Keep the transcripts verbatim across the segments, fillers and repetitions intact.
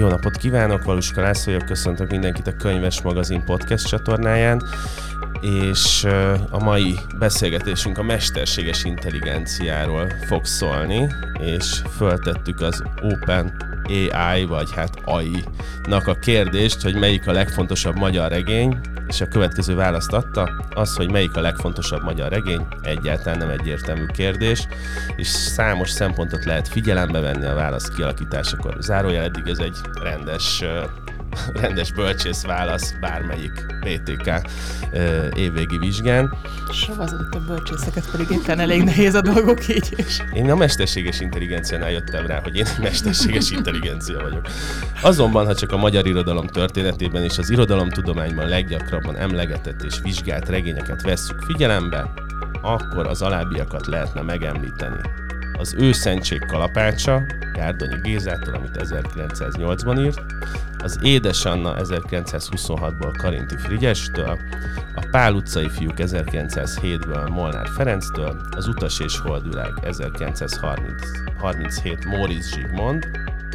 Jó napot kívánok, Valuska László vagyok, köszöntök mindenkit a Könyves Magazin podcast csatornáján, és a mai beszélgetésünk a mesterséges intelligenciáról fog szólni, és föltettük az OpenAI, vagy hát á i-nak a kérdést, hogy melyik a legfontosabb magyar regény, és a következő választ adta, az, hogy melyik a legfontosabb magyar regény, egyáltalán nem egyértelmű kérdés, és számos szempontot lehet figyelembe venni a válasz kialakításakor. Zárójel, eddig ez egy rendes, rendes bölcsész válasz bármelyik bé té ká évvégi vizsgán. Savazodott a bölcsészeket, pedig éppen elég nehéz a dolgok így is. Én a mesterséges intelligenciánál jöttem rá, hogy én mesterséges intelligencia vagyok. Azonban, ha csak a magyar irodalom történetében és az irodalomtudományban leggyakrabban emlegetett és vizsgált regényeket vesszük figyelembe, akkor az alábbiakat lehetne megemlíteni. Az Őszentség kalapácsa, Gárdonyi Gézától, amit ezerkilencszáznyolcban írt, az Édes Anna ezerkilencszázhuszonhatból Karinthy Frigyestől, a Pál utcai fiúk ezerkilencszázhétből Molnár Ferenctől, az Utas és Holdvilág ezerkilencszázharminchét Móricz Zsigmond,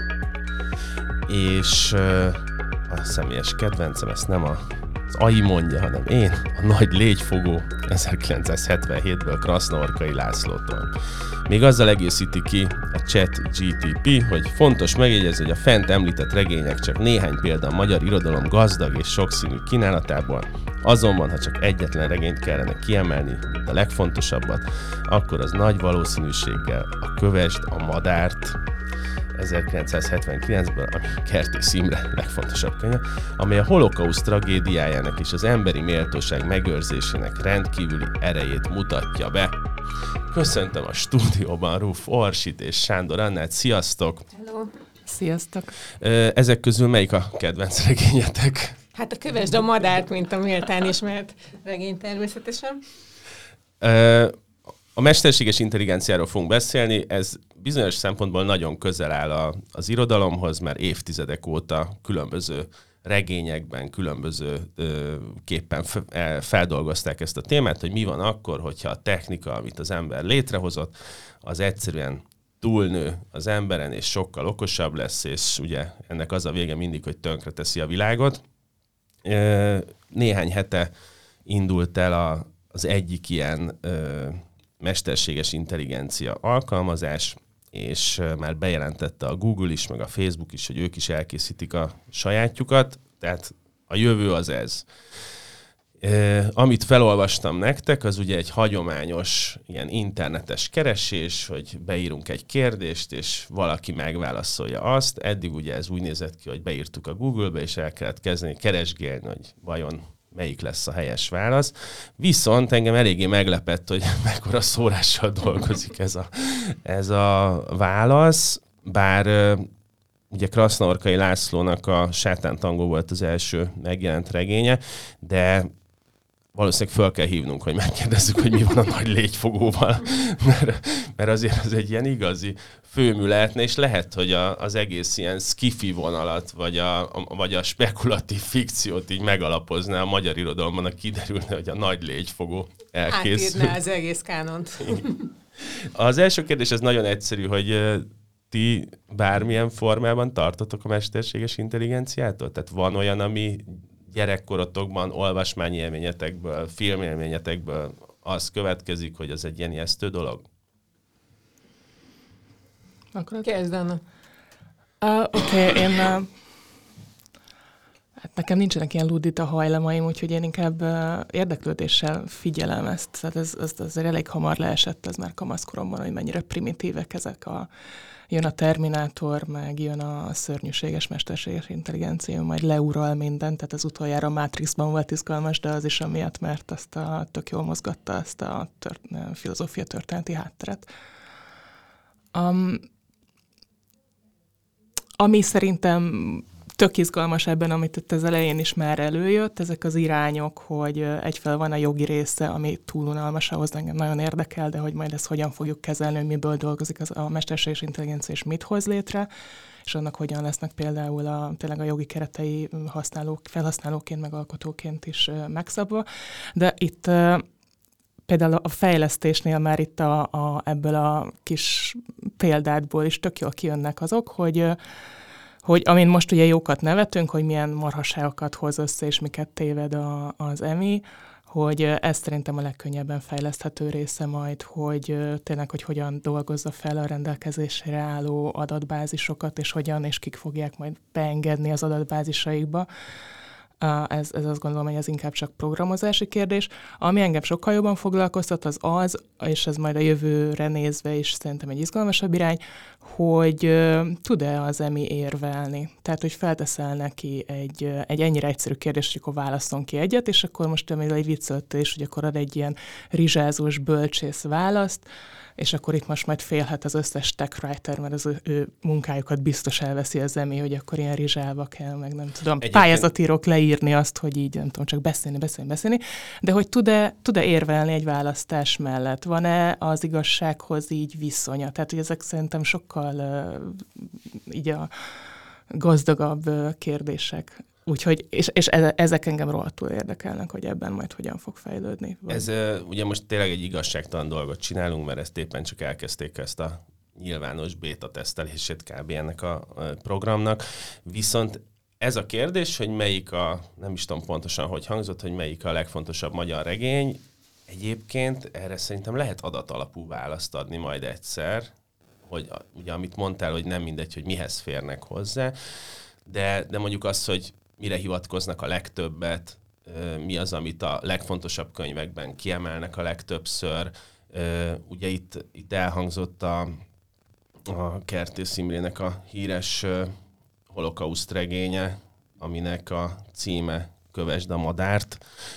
és a személyes kedvencem, ezt nem a az á i mondja, hanem én, a Nagy légyfogó ezerkilencszázhetvenhétből Kraszna-Orkai Lászlótól. Még azzal egészíti ki a ChatGPT, hogy fontos megjegyezni, hogy a fent említett regények csak néhány példa a magyar irodalom gazdag és sokszínű kínálatából, azonban, ha csak egyetlen regényt kellene kiemelni, mint a legfontosabbat, akkor az nagy valószínűséggel a Kövesd a Madárt ezerkilencszázhetvenkilencből, ami Kertész Imre legfontosabb könyve, amely a holokauszt tragédiájának és az emberi méltóság megőrzésének rendkívüli erejét mutatja be. Köszöntöm a stúdióban Ruf Orsit és Sándor Annát. Sziasztok! Hello! Sziasztok! Ezek közül melyik a kedvenc regényetek? Hát a Kövesd a Madárt, mint a méltán ismert regény természetesen. A mesterséges intelligenciáról fogunk beszélni, ez bizonyos szempontból nagyon közel áll a, az irodalomhoz, mert évtizedek óta különböző regényekben, különböző ö, képpen f- feldolgozták ezt a témát, hogy mi van akkor, hogyha a technika, amit az ember létrehozott, az egyszerűen túlnő az emberen, és sokkal okosabb lesz, és ugye ennek az a vége mindig, hogy tönkreteszi a világot. Ö, néhány hete indult el a, az egyik ilyen ö, mesterséges intelligencia alkalmazás, és már bejelentette a Google is, meg a Facebook is, hogy ők is elkészítik a sajátjukat, tehát a jövő az ez. E, amit felolvastam nektek, az ugye egy hagyományos ilyen internetes keresés, hogy beírunk egy kérdést, és valaki megválaszolja azt. Eddig ugye ez úgy nézett ki, hogy beírtuk a Google-be, és el kellett kezdeni keresgélni, hogy vajon melyik lesz a helyes válasz. Viszont engem eléggé meglepett, hogy mekkora szórással dolgozik ez a, ez a válasz, bár ugye Kraszna-Orkai Lászlónak a Sátántangó volt az első megjelent regénye, de valószínűleg föl kell hívnunk, hogy megkérdezzük, hogy mi van a Nagy légyfogóval, mert, mert azért az egy ilyen igazi főmű lehetne, és lehet, hogy a, az egész ilyen skifi vonalat, vagy a, a, vagy a spekulatív fikciót így megalapozná a magyar irodalomban, a kiderülne, hogy a Nagy légyfogó elkészül. Átírná az egész kánont. Az első kérdés, ez nagyon egyszerű, hogy ti bármilyen formában tartotok a mesterséges intelligenciától? Tehát van olyan, ami gyerekkorotokban, olvasmányélményetekből, filmélményetekből az következik, hogy az egy ilyen ijesztő dolog? Akkor kezd, Anna. Uh, Oké, okay, én... Uh, hát nekem nincsenek ilyen ludita hajlamaim, úgyhogy én inkább uh, érdeklődéssel figyelem ezt. Tehát ez, ez azért elég hamar leesett, ez már kamaszkoromban, hogy mennyire primitívek ezek a... Jön a Terminátor, meg jön a szörnyűséges mesterséges intelligencia, majd leural mindent, tehát az utoljára a Matrixban volt izgalmas, de az is amiatt, mert azt a, tök jól mozgatta ezt a tört, filozófia történeti hátteret. Um, ami szerintem tök izgalmas ebben, amit itt az elején is már előjött, ezek az irányok, hogy egyfelől van a jogi része, ami túl unalmas, ahhoz engem nagyon érdekel, de hogy majd ezt hogyan fogjuk kezelni, hogy miből dolgozik az a mesterséges intelligencia, és mit hoz létre, és annak hogyan lesznek például a, tényleg a jogi keretei használók, felhasználóként, meg alkotóként is megszabva. De itt például a fejlesztésnél már itt a, a, ebből a kis példádból is tök jól kijönnek azok, hogy hogy amin most ugye jókat nevetünk, hogy milyen marhaságokat hoz össze, és miket téved a, az Emmy, hogy ez szerintem a legkönnyebben fejleszthető része majd, hogy tényleg, hogy hogyan dolgozza fel a rendelkezésre álló adatbázisokat, és hogyan, és kik fogják majd beengedni az adatbázisaikba. Ez, ez azt gondolom, hogy ez inkább csak programozási kérdés. Ami engem sokkal jobban foglalkoztat, az az, és ez majd a jövőre nézve is szerintem egy izgalmasabb irány, hogy uh, tud-e az Emmy érvelni. Tehát, hogy felteszel neki egy, egy ennyire egyszerű kérdést, hogy akkor válasszon ki egyet, és akkor most amivel egy viccelődtél is, hogy akkor ad egy ilyen rizsázós bölcsész választ, és akkor itt most majd félhet az összes tech writer, mert az ő, ő munkájukat biztos elveszi az Emmy, hogy akkor ilyen rizsálva kell, meg nem tudom, egyébként pályázatírók leírni azt, hogy így nem tudom, csak beszélni, beszélni, beszélni, de hogy tud-e, tud-e érvelni egy választás mellett? Van-e az igazsághoz így viszonya? Tehát, hogy ezek szerintem sokkal uh, így a gazdagabb uh, kérdések. Úgyhogy, és, és ezek engem rohadtul érdekelnek, hogy ebben majd hogyan fog fejlődni. Vagy... Ez uh, ugye most tényleg egy igazságtalan dolgot csinálunk, mert ezt éppen csak elkezdték ezt a nyilvános béta tesztelését kb. Ennek a programnak. Viszont ez a kérdés, hogy melyik a, nem is tudom pontosan, hogy hangzott, hogy melyik a legfontosabb magyar regény, egyébként erre szerintem lehet adatalapú választ adni majd egyszer, hogy ugye amit mondtál, hogy nem mindegy, hogy mihez férnek hozzá, de, de mondjuk az, hogy mire hivatkoznak a legtöbbet, mi az, amit a legfontosabb könyvekben kiemelnek a legtöbbször. Ugye itt, itt elhangzott a, a Kertész Imrének a híres holokauszt regénye, aminek a címe Kövesd a madárt.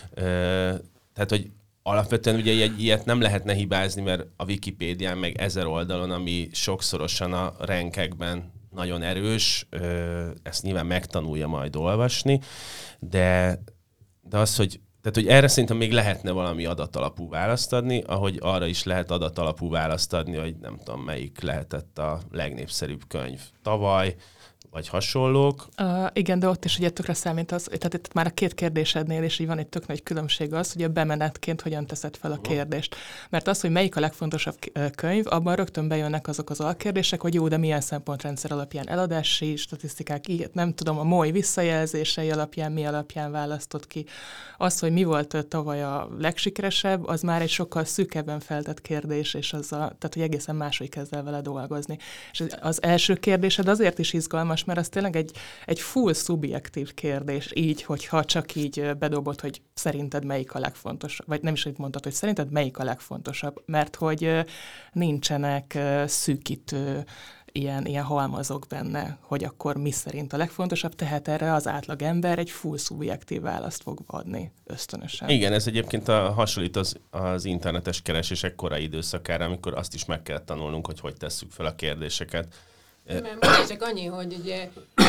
Tehát, hogy alapvetően ugye egy ilyet nem lehetne hibázni, mert a Wikipédián meg ezer oldalon, ami sokszorosan a rankekben nagyon erős, ezt nyilván megtanulja majd olvasni, de, de az, hogy, tehát, hogy erre szerintem még lehetne valami adatalapú választ adni, ahogy arra is lehet adatalapú választ adni, hogy nem tudom, melyik lehetett a legnépszerűbb könyv tavaly, vagy hasonlók. Uh, igen, de ott is ugye tökre számít az, tehát itt már a két kérdésednél is így van egy tök nagy különbség az, hogy a bemenetként hogyan teszed fel a kérdést. Mert az, hogy melyik a legfontosabb könyv, abban rögtön bejönnek azok az alkérdések, hogy jó, de milyen szempontrendszer alapján eladási statisztikák, ilyet nem tudom, a MOI visszajelzései alapján, mi alapján választott ki. Az, hogy mi volt tavaly a legsikeresebb, az már egy sokkal szűkebben feltett kérdés, és az a, tehát, hogy egészen máshogy kezd el vele dolgozni. És az első kérdésed azért is izgalmas, mert az tényleg egy, egy full szubjektív kérdés, így, hogyha csak így bedobod, hogy szerinted melyik a legfontosabb, vagy nem is így mondtad, hogy szerinted melyik a legfontosabb, mert hogy nincsenek szűkítő ilyen, ilyen halmazok benne, hogy akkor mi szerint a legfontosabb, tehát erre az átlagember egy full szubjektív választ fog adni ösztönösen. Igen, ez egyébként a, hasonlít az, az internetes keresések korai időszakára, amikor azt is meg kell tanulnunk, hogy hogy tesszük fel a kérdéseket. Nem, csak annyi, hogy ugye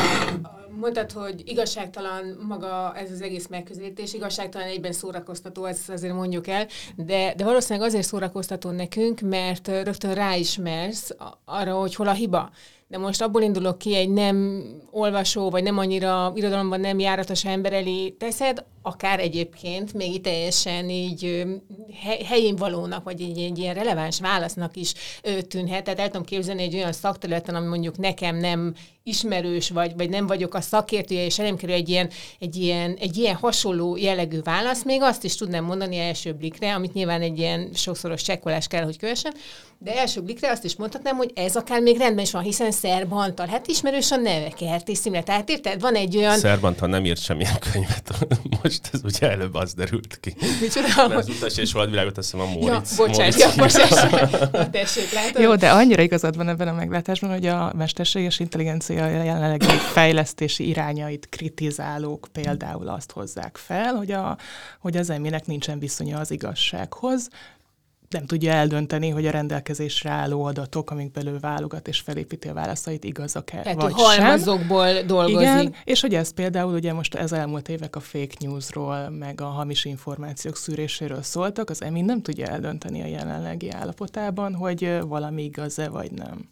mondtad, hogy igazságtalan maga ez az egész megközelítés, igazságtalan egyben szórakoztató, ezt azért mondjuk el, de, de valószínűleg azért szórakoztató nekünk, mert rögtön ráismersz arra, hogy hol a hiba. De most abból indulok ki, egy nem olvasó, vagy nem annyira irodalomban nem járatos ember elé teszed, akár egyébként még teljesen így helyén valónak, vagy egy, egy ilyen releváns válasznak is tűnhet. Tehát el tudom képzelni egy olyan szakterületen, ami mondjuk nekem nem ismerős, vagy, vagy nem vagyok a szakértője, és elém kerül egy ilyen, egy, ilyen, egy ilyen hasonló jellegű válasz, még azt is tudnám mondani első blikre, amit nyilván egy ilyen sokszoros csekkolás kell, hogy kövessen, de első blikre azt is mondhatnám, hogy ez akár még rendben is van, hiszen Szerb Antal, hát ismerős a neve, Kertész Imre, tehát érted? Van egy olyan... Szerb Antal nem írt semmilyen könyvet, most ez ugye előbb az derült ki. Micsoda? Mert az Utas és Holdvilágot azt hiszem a Móricz. Ja, bocsánat, ja, bocsánat. Tessék, látod? Jó, de annyira igazad van ebben a meglátásban, hogy a mesterséges intelligencia jelenlegi fejlesztési irányait kritizálók például azt hozzák fel, hogy, a, hogy az Eminek nincsen viszonya az igazsághoz, nem tudja eldönteni, hogy a rendelkezésre álló adatok, amik belül válogat és felépíti a válaszait, igazak-e, tehát, vagy hogy halmazokból dolgozik. Igen, és hogy ez például ugye most ez elmúlt évek a fake newsról, meg a hamis információk szűréséről szóltak, az Emi nem tudja eldönteni a jelenlegi állapotában, hogy valami igaz-e, vagy nem.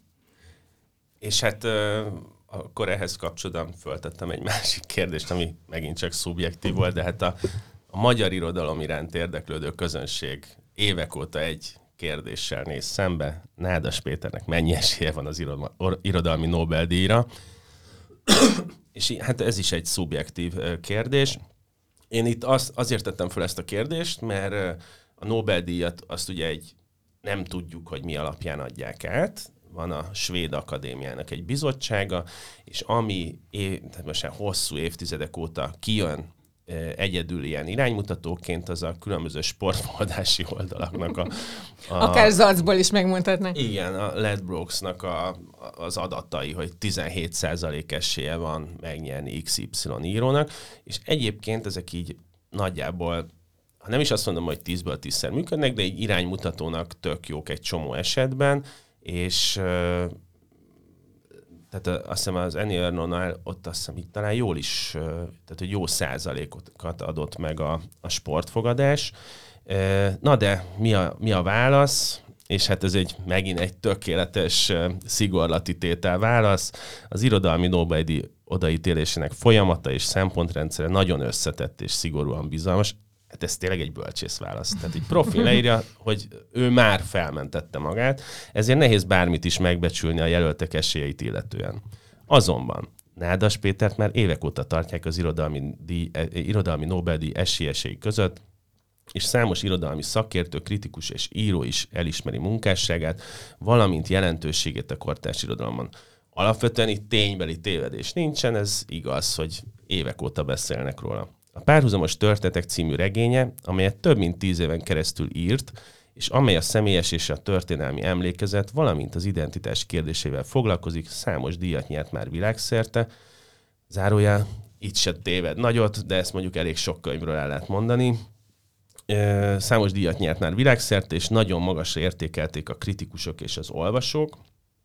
És hát akkor ehhez kapcsolódóan föltettem egy másik kérdést, ami megint csak szubjektív volt, de hát a, a magyar irodalom iránt érdeklődő közönség évek óta egy kérdéssel néz szembe. Nádas Péternek mennyi esélye van az irodalmi Nobel-díjra? és hát ez is egy szubjektív kérdés. Én itt az, azért tettem fel ezt a kérdést, mert a Nobel-díjat azt ugye egy, nem tudjuk, hogy mi alapján adják át. Van a Svéd Akadémiának egy bizottsága, és ami é, most hosszú évtizedek óta kijön egyedül ilyen iránymutatóként, az a különböző sportoldási oldalaknak a... a Akár zacból is megmondhatnak. Igen, a Ladbrokes-nak a, az adatai, hogy tizenhét százalék esélye van megnyerni iksz ipszilon írónak, és egyébként ezek így nagyjából, ha nem is azt mondom, hogy tízből tízszer működnek, de egy iránymutatónak tök jók egy csomó esetben, és tehát azt hiszem az Annie Ernaux-nál ott azt hiszem itt talán jól is, tehát hogy jó százalékokat adott meg a, a sportfogadás. Na de mi a, mi a válasz? És hát ez egy megint egy tökéletes szigorlati tétel válasz. Az irodalmi Nobel-díj odaítélésének folyamata és szempontrendszere nagyon összetett és szigorúan bizalmas. Hát ez tényleg egy bölcsész válasz. Tehát egy profi leírja, hogy ő már felmentette magát, ezért nehéz bármit is megbecsülni a jelöltek esélyeit illetően. Azonban Nádas Pétert már évek óta tartják az irodalmi, díj, irodalmi Nobel-díj esélyesei között, és számos irodalmi szakértő, kritikus és író is elismeri munkásságát, valamint jelentőségét a kortárs irodalomban. Alapvetően itt ténybeli tévedés nincsen, ez igaz, hogy évek óta beszélnek róla. A Párhuzamos történetek című regénye, amelyet több mint tíz éven keresztül írt, és amely a személyes és a történelmi emlékezet, valamint az identitás kérdésével foglalkozik, számos díjat nyert már világszerte. Zárójel, itt se téved nagyot, de ezt mondjuk elég sok könyvről el lehet mondani. Számos díjat nyert már világszerte, és nagyon magasra értékelték a kritikusok és az olvasók.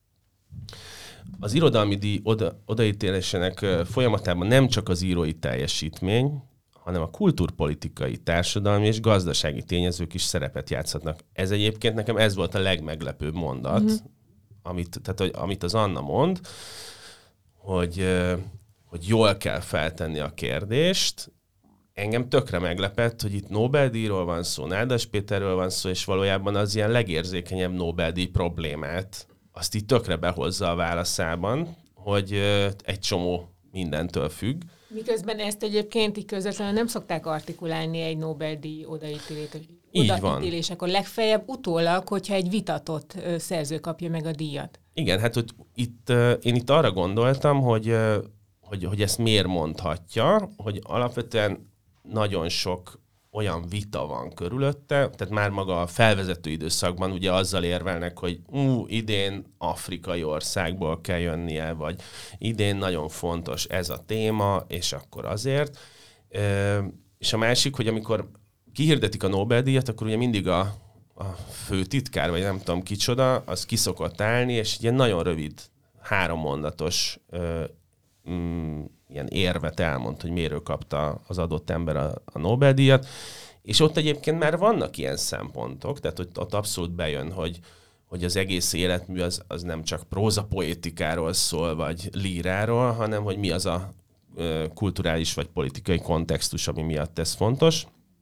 Az irodalmi díj oda, odaítélésének folyamatában nem csak az írói teljesítmény, hanem a kultúrpolitikai, társadalmi és gazdasági tényezők is szerepet játszhatnak. Ez egyébként nekem ez volt a legmeglepőbb mondat, mm-hmm. amit, tehát, hogy, amit az Anna mond, hogy, hogy jól kell feltenni a kérdést. Engem tökre meglepett, hogy itt Nobel-díjról van szó, Nádas Péterről van szó, és valójában az ilyen legérzékenyebb Nobel-díj problémát azt így tökre behozza a válaszában, hogy egy csomó mindentől függ. Miközben ezt egyébként így közvetlenül nem szokták artikulálni egy Nobel-díj odaítélésekor. Legfeljebb utólag, hogyha egy vitatott szerző kapja meg a díjat. Igen, hát hogy itt, én itt arra gondoltam, hogy, hogy, hogy ezt miért mondhatja, hogy alapvetően nagyon sok olyan vita van körülötte, tehát már maga a felvezető időszakban ugye azzal érvelnek, hogy ú, idén afrikai országból kell jönnie, vagy idén nagyon fontos ez a téma, és akkor azért. E, és a másik, hogy amikor kihirdetik a Nobel-díjat, akkor ugye mindig a, a főtitkár, vagy nem tudom kicsoda, az ki szokott állni, és ilyen nagyon rövid, hárommondatos ö, mm, ilyen érvet elmond, hogy miért ő kapta az adott ember a, a Nobel-díjat, és ott egyébként már vannak ilyen szempontok, tehát ott, ott abszolút bejön, hogy, hogy az egész életmű az, az nem csak prózapoétikáról szól, vagy líráról, hanem hogy mi az a ö, kulturális vagy politikai kontextus, ami miatt ez fontos.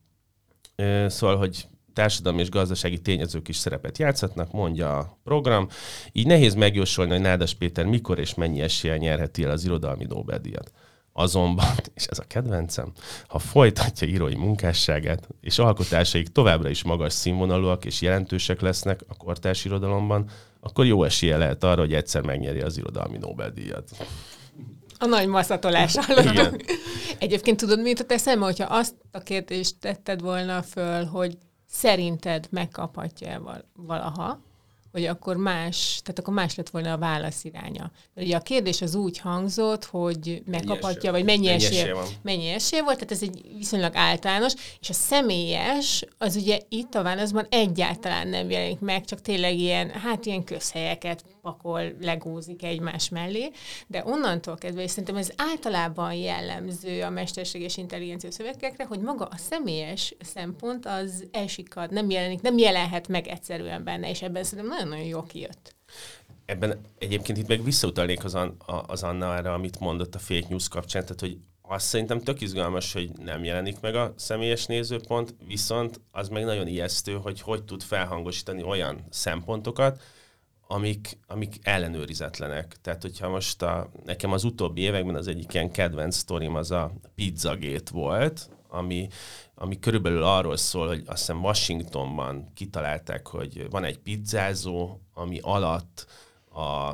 Ö, szóval, hogy társadalmi és gazdasági tényezők is szerepet játszhatnak, mondja a program. Így nehéz megjósolni, hogy Nádas Péter mikor és mennyi eséllyel nyerheti el az irodalmi Nobel-díjat. Azonban, és ez a kedvencem, ha folytatja írói munkásságát, és alkotásaik továbbra is magas színvonalúak és jelentősek lesznek a kortárs irodalomban, akkor jó esélye lehet arra, hogy egyszer megnyeri az irodalmi Nobel-díjat. A nagy masszatolás hallottuk. Egyébként tudod, mi jutott eszembe, hogyha azt a kérdést tetted volna föl, hogy szerinted megkaphatja-e valaha, hogy akkor más, tehát akkor más lett volna a válasz iránya. Ugye a kérdés az úgy hangzott, hogy megkaphatja, vagy mennyi, mennyi esély, van. Mennyi esély volt, tehát ez egy viszonylag általános, és a személyes, az ugye itt a válaszban egyáltalán nem jelenik meg, csak tényleg ilyen, hát ilyen közhelyeket pakol, legózik egymás mellé, de onnantól kezdve, és szerintem ez általában jellemző a mesterséges intelligencia szövegekre, hogy maga a személyes szempont az elsikad, nem jelenik, nem jelenhet meg egyszerűen benne, és ebben szerintem nagyon-nagyon jó kijött. Ebben egyébként itt meg visszautalnék az, az Annára, amit mondott a fake news kapcsán, tehát hogy azt szerintem tök izgalmas, hogy nem jelenik meg a személyes nézőpont, viszont az meg nagyon ijesztő, hogy hogy tud felhangosítani olyan szempontokat, amik, amik ellenőrizetlenek. Tehát, hogyha most a, nekem az utóbbi években az egyik ilyen kedvenc sztorim az a Pizzagate volt, ami, ami körülbelül arról szól, hogy azt hiszem Washingtonban kitalálták, hogy van egy pizzázó, ami alatt a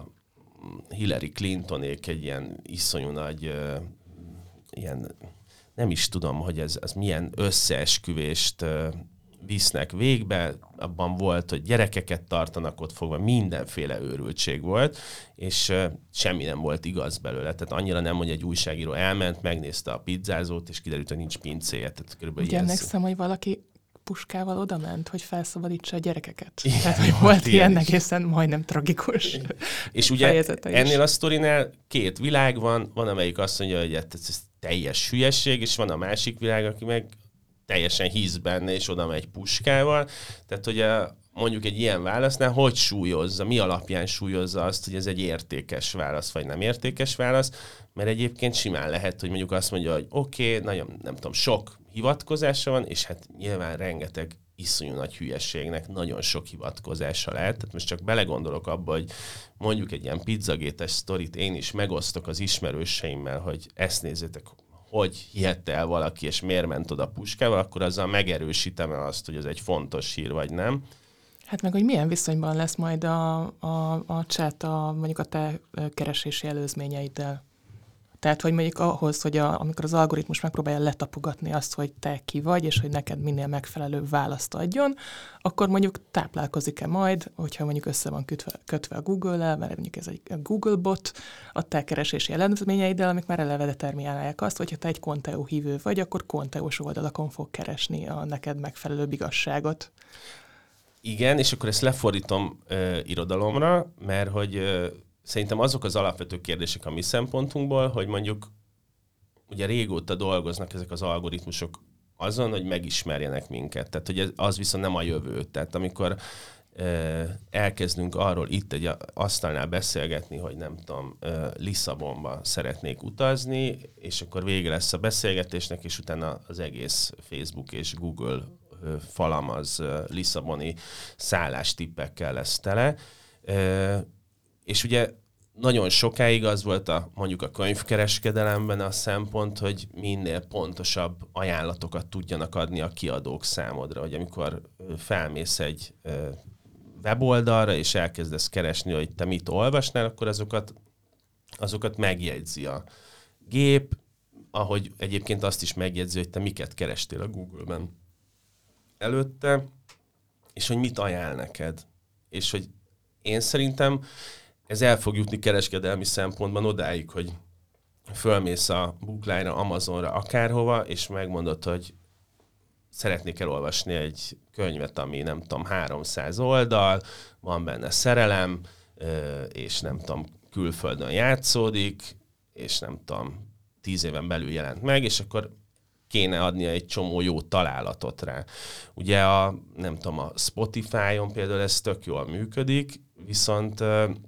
Hillary Clintonék egy ilyen iszonyú nagy, uh, ilyen, nem is tudom, hogy ez, ez milyen összeesküvést uh, visznek végbe, abban volt, hogy gyerekeket tartanak ott fogva, mindenféle őrültség volt, és uh, semmi nem volt igaz belőle. Tehát annyira nem, hogy egy újságíró elment, megnézte a pizzázót, és kiderült, hogy nincs pincéje. Tehát körülbelül ugye ilyen emlékszem, hogy valaki puskával odament, hogy felszabadítsa a gyerekeket. Igen, tehát, hogy volt ilyen is. Egészen majdnem tragikus és ugye ennél is. a sztorinál két világ van, van amelyik azt mondja, hogy ez, ez teljes hülyesség, és van a másik világ, aki meg teljesen hisz benne, és oda megy puskával. Tehát, hogy a, mondjuk egy ilyen válasznál hogy súlyozza, mi alapján súlyozza azt, hogy ez egy értékes válasz, vagy nem értékes válasz, mert egyébként simán lehet, hogy mondjuk azt mondja, hogy oké, okay, nagyon, nem tudom, sok hivatkozása van, és hát nyilván rengeteg iszonyú nagy hülyességnek nagyon sok hivatkozása lehet. Tehát most csak belegondolok abba, hogy mondjuk egy ilyen pizzagétes sztorit én is megosztok az ismerőseimmel, hogy ezt nézzétek, hogy hihette el valaki, és miért ment oda puskával, akkor azzal megerősítem el azt, hogy ez egy fontos hír, vagy nem. Hát meg, hogy milyen viszonyban lesz majd a, a, a chat a, mondjuk a te keresési előzményeiddel. Tehát, hogy mondjuk ahhoz, hogy a, amikor az algoritmus megpróbálja letapogatni azt, hogy te ki vagy, és hogy neked minél megfelelő választ adjon, akkor mondjuk táplálkozik-e majd, hogyha mondjuk össze van kötve, kötve a Google-el, mert mondjuk ez egy Google bot, a te keresési elemzményeiddel, amik már eleve determinálják azt, hogyha te egy Conteo hívő vagy, akkor Conteos oldalakon fog keresni a neked megfelelő igazságot. Igen, és akkor ezt lefordítom uh, irodalomra, mert hogy uh, szerintem azok az alapvető kérdések a mi szempontunkból, hogy mondjuk ugye régóta dolgoznak ezek az algoritmusok azon, hogy megismerjenek minket. Tehát, hogy ez, az viszont nem a jövő. Tehát amikor uh, elkezdünk arról itt egy asztalnál beszélgetni, hogy nem tudom, uh, Lisszabonba szeretnék utazni, és akkor vége lesz a beszélgetésnek, és utána az egész Facebook és Google falam az lisszaboni szállástippekkel lesz tele. És ugye nagyon sokáig az volt a, mondjuk a könyvkereskedelemben a szempont, hogy minél pontosabb ajánlatokat tudjanak adni a kiadók számodra, hogy amikor felmész egy weboldalra, és elkezdesz keresni, hogy te mit olvasnál, akkor azokat, azokat megjegyzi a gép, ahogy egyébként azt is megjegyzi, hogy te miket kerestél a Google-ben előtte, és hogy mit ajánl neked. És hogy én szerintem ez el fog jutni kereskedelmi szempontban odáig, hogy fölmész a Bookline-ra, Amazonra, akárhova, és megmondod, hogy szeretnék elolvasni egy könyvet, ami nem tudom, háromszáz oldal, van benne szerelem, és nem tudom, külföldön játszódik, és nem tudom, tíz éven belül jelent meg, és akkor kéne adnia egy csomó jó találatot rá. Ugye a, nem tudom, a Spotify-on például ez tök jól működik, viszont,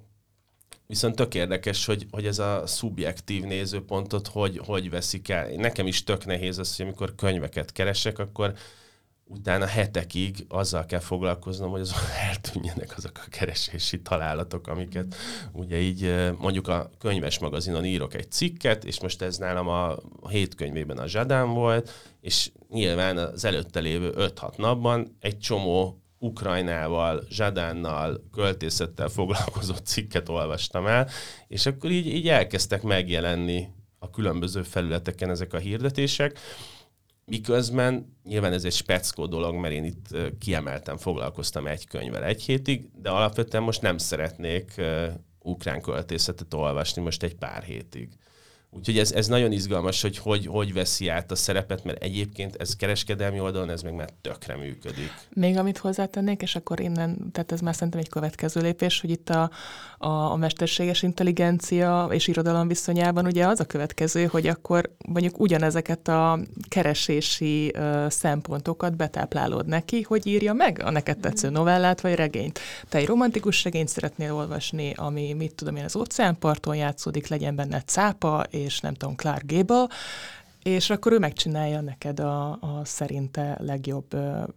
viszont tök érdekes, hogy, hogy ez a szubjektív nézőpontot hogy, hogy veszik el. Nekem is tök nehéz az, hogy amikor könyveket keresek, akkor utána hetekig azzal kell foglalkoznom, hogy azon eltűnjenek azok a keresési találatok, amiket ugye így mondjuk a könyves magazinon írok egy cikket, és most ez nálam a hét könyvében a Zsadán volt, és nyilván az előtte lévő öt-hat napban egy csomó Ukrajnával, Zsadánnal, költészettel foglalkozó cikket olvastam el, és akkor így, így elkezdtek megjelenni a különböző felületeken ezek a hirdetések, miközben nyilván ez egy speckó dolog, mert én itt kiemelten foglalkoztam egy könyvvel egy hétig, de alapvetően most nem szeretnék uh, ukrán költészetet olvasni most egy pár hétig. Úgyhogy ez, ez nagyon izgalmas, hogy, hogy hogy veszi át a szerepet, mert egyébként ez kereskedelmi oldalon, ez meg már tökre működik. Még amit hozzátennék, és akkor innen, tehát ez már szerintem egy következő lépés, hogy itt a, a, a mesterséges intelligencia és irodalom viszonyában ugye az a következő, hogy akkor mondjuk ugyanezeket a keresési uh, szempontokat betáplálod neki, hogy írja meg a neked tetsző novellát vagy regényt. Te egy romantikus regényt szeretnél olvasni, ami, mit tudom én, az óceánparton játszódik, legyen benne cápa, és nem tudom, Clark Gable, és akkor ő megcsinálja neked a, a szerinte legjobb ö,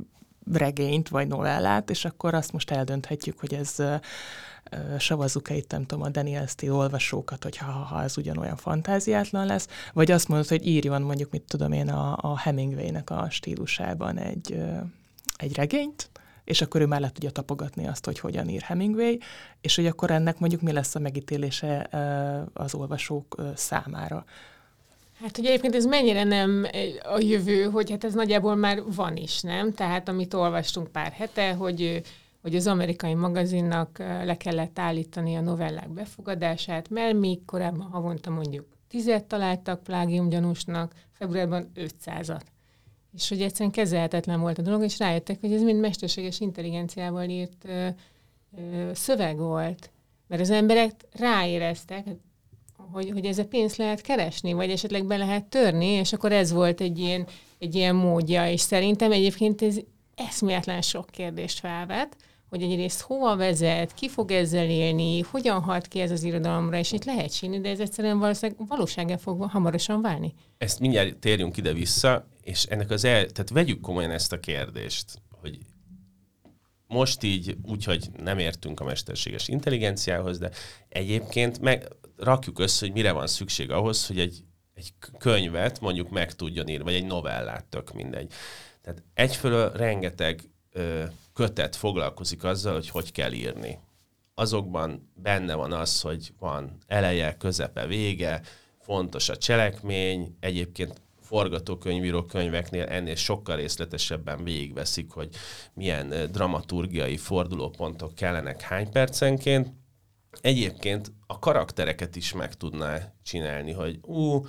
regényt vagy novellát, és akkor azt most eldönthetjük, hogy ez savazzuk-e itt, nem tudom, a Danielle Steel olvasókat, hogy ha, ha ez ugyanolyan fantáziátlan lesz, vagy azt mondod, hogy írjon mondjuk, mit tudom én, a, a Hemingway-nek a stílusában egy, egy regényt, és akkor ő már le tudja tapogatni azt, hogy hogyan ír Hemingway, és hogy akkor ennek mondjuk mi lesz a megítélése az olvasók számára. Hát ugye egyébként ez mennyire nem a jövő, hogy hát ez nagyjából már van is, nem? Tehát amit olvastunk pár hete, hogy, hogy az amerikai magazinnak le kellett állítani a novellák befogadását, mert még korábban havonta mondjuk tizet találtak plágiumgyanúsnak, februárban ötszázat. És hogy egyszerűen kezelhetetlen volt a dolog, és rájöttek, hogy ez mind mesterséges intelligenciával írt ö, ö, szöveg volt. Mert az emberek ráéreztek, hogy, hogy ezzel pénzt lehet keresni, vagy esetleg be lehet törni, és akkor ez volt egy ilyen, egy ilyen módja, és szerintem egyébként ez eszméletlen sok kérdést felvet, hogy egyrészt hova vezet, ki fog ezzel élni, hogyan hat ki ez az irodalomra, és itt lehet csinálni, de ez egyszerűen valószínűleg valósággá fog hamarosan válni. Ezt mindjárt térjünk ide-vissza, és ennek az el, tehát vegyük komolyan ezt a kérdést, hogy most így úgy, hogy nem értünk a mesterséges intelligenciához, de egyébként meg rakjuk össze, hogy mire van szükség ahhoz, hogy egy, egy könyvet mondjuk meg tudjon írni, vagy egy novellát, tök mindegy. Tehát egyfelől rengeteg ö, kötet foglalkozik azzal, hogy hogy kell írni. Azokban benne van az, hogy van eleje, közepe, vége, fontos a cselekmény, egyébként forgatókönyvíró könyveknél ennél sokkal részletesebben végigveszik, hogy milyen dramaturgiai fordulópontok kellenek hány percenként. Egyébként a karaktereket is meg tudná csinálni, hogy ú,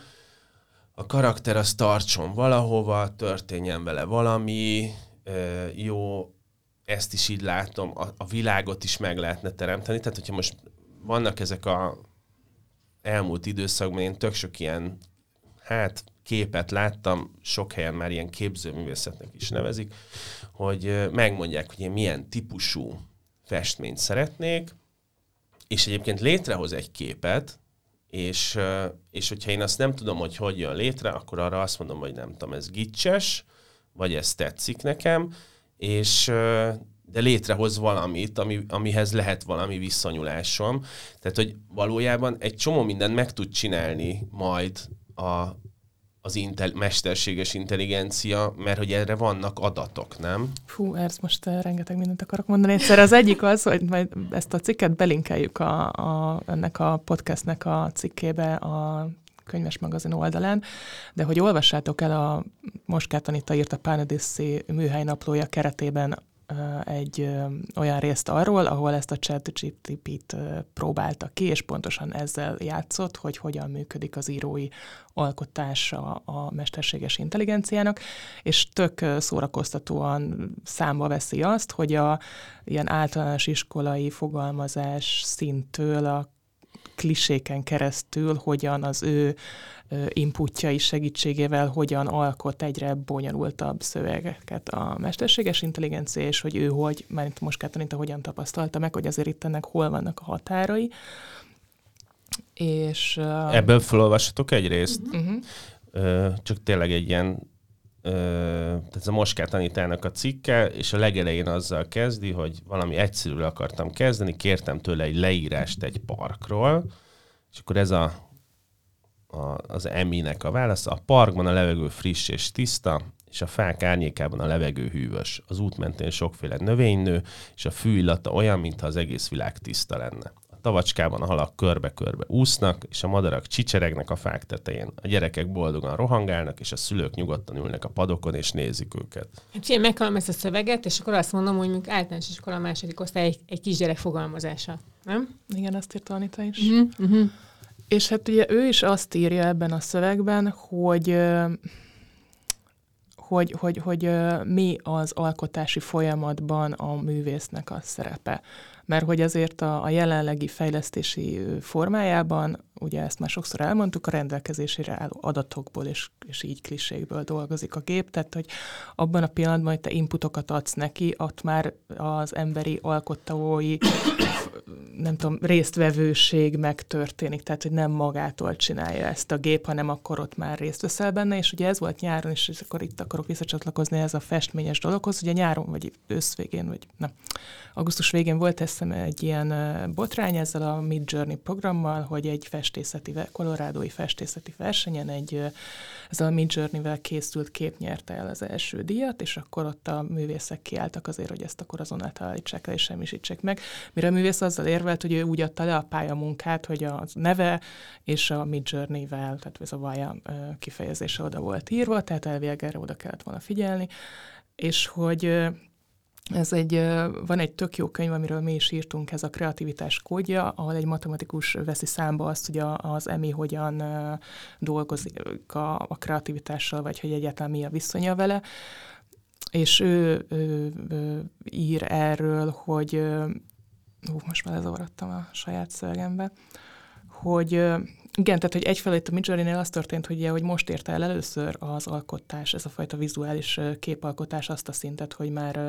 a karakter az tartson valahova, történjen vele valami, jó, ezt is így látom, a, a világot is meg lehetne teremteni. Tehát, hogyha most vannak ezek a elmúlt időszakban, én tök sok ilyen, hát képet láttam, sok helyen már ilyen képzőművészetnek is nevezik, hogy megmondják, hogy én milyen típusú festményt szeretnék, és egyébként létrehoz egy képet, és, és hogyha én azt nem tudom, hogy hogy jön létre, akkor arra azt mondom, hogy nem tudom, ez gicses, vagy ez tetszik nekem, és de létrehoz valamit, ami, amihez lehet valami viszonyulásom. Tehát, hogy valójában egy csomó mindent meg tud csinálni majd a, az intel, mesterséges intelligencia, mert hogy erre vannak adatok, nem? Fú, ezt most rengeteg mindent akarok mondani. Egyszer az egyik az, hogy majd ezt a cikket belinkeljük a, a, ennek a podcastnek a cikkébe a Könyves Magazin oldalán, de hogy olvassátok el, a Moskát Anita írt a Pánodiszi műhelynaplója keretében egy ö, olyan részt arról, ahol ezt a ChatGPT-t próbálta ki, és pontosan ezzel játszott, hogy hogyan működik az írói alkotása a mesterséges intelligenciának, és tök szórakoztatóan számba veszi azt, hogy a ilyen általános iskolai fogalmazás szinttől a kliséken keresztül, hogyan az ő inputjai segítségével hogyan alkot egyre bonyolultabb szövegeket a mesterséges intelligencia, és hogy ő hogy, mert Moskát Anita hogyan tapasztalta meg, hogy azért itt ennek hol vannak a határai. És, uh... Ebből felolvassatok egy részt, uh-huh. uh, csak tényleg egy ilyen, uh, tehát ez a Moskát Anitának a cikke, és a legelején azzal kezdi, hogy valami egyszerűre akartam kezdeni, kértem tőle egy leírást egy parkról, és akkor ez a A, az Eminek a válasz. A parkban a levegő friss és tiszta, és a fák árnyékában a levegő hűvös. Az út mentén sokféle növény nő, és a fű illata olyan, mintha az egész világ tiszta lenne. A tavacskában a halak körbe-körbe úsznak, és a madarak csicseregnek a fák tetején. A gyerekek boldogan rohangálnak, és a szülők nyugodtan ülnek a padokon, és nézik őket. Hát én megkapom ezt a szöveget, és akkor azt mondom, hogy mondjuk általános iskola második osztály egy, egy kisgyerek fogalmazása. Nem? Igen, azt írta Anita is. Uh-huh, uh-huh. És hát ugye ő is azt írja ebben a szövegben, hogy, hogy, hogy, hogy mi az alkotási folyamatban a művésznek a szerepe. mert hogy azért a, a jelenlegi fejlesztési formájában, ugye ezt már sokszor elmondtuk, a rendelkezésére álló adatokból és, és így klisékből dolgozik a gép, tehát hogy abban a pillanatban, hogy te inputokat adsz neki, ott már az emberi alkotói nem tudom, résztvevőség megtörténik, tehát hogy nem magától csinálja ezt a gép, hanem akkor ott már részt veszel benne, és ugye ez volt nyáron, és akkor itt akarok visszacsatlakozni ez a festményes dologhoz, ugye nyáron, vagy ősz végén, vagy nem, augusztus végén volt eszem egy ilyen botrány ezzel a Midjourney programmal, hogy egy festészeti, kolorádói festészeti versenyen egy ezzel a Midjourney-vel készült kép nyerte el az első díjat, és akkor ott a művészek kiálltak azért, hogy ezt akkor azonnal állítsák le és semmisítsék meg. Mire a művész azzal érvelt, hogy ő úgy adta le a pályamunkát, hogy a neve és a Midjourney-vel, tehát ez a Vaja kifejezése oda volt írva, tehát elvileg erre oda kellett volna figyelni, és hogy ez egy, van egy tök jó könyv, amiről mi is írtunk, ez a kreativitás kódja, ahol egy matematikus veszi számba azt, hogy az Emi hogyan dolgozik a, a kreativitással, vagy hogy egyáltalán mi a viszonya vele, és ő, ő, ő ír erről, hogy hú, most már lezavarodtam a saját szövegembe, hogy igen, tehát hogy egyfelől itt a Midjourney-nél az történt, hogy, ugye, hogy most érte el először az alkotás, ez a fajta vizuális képalkotás azt a szintet, hogy már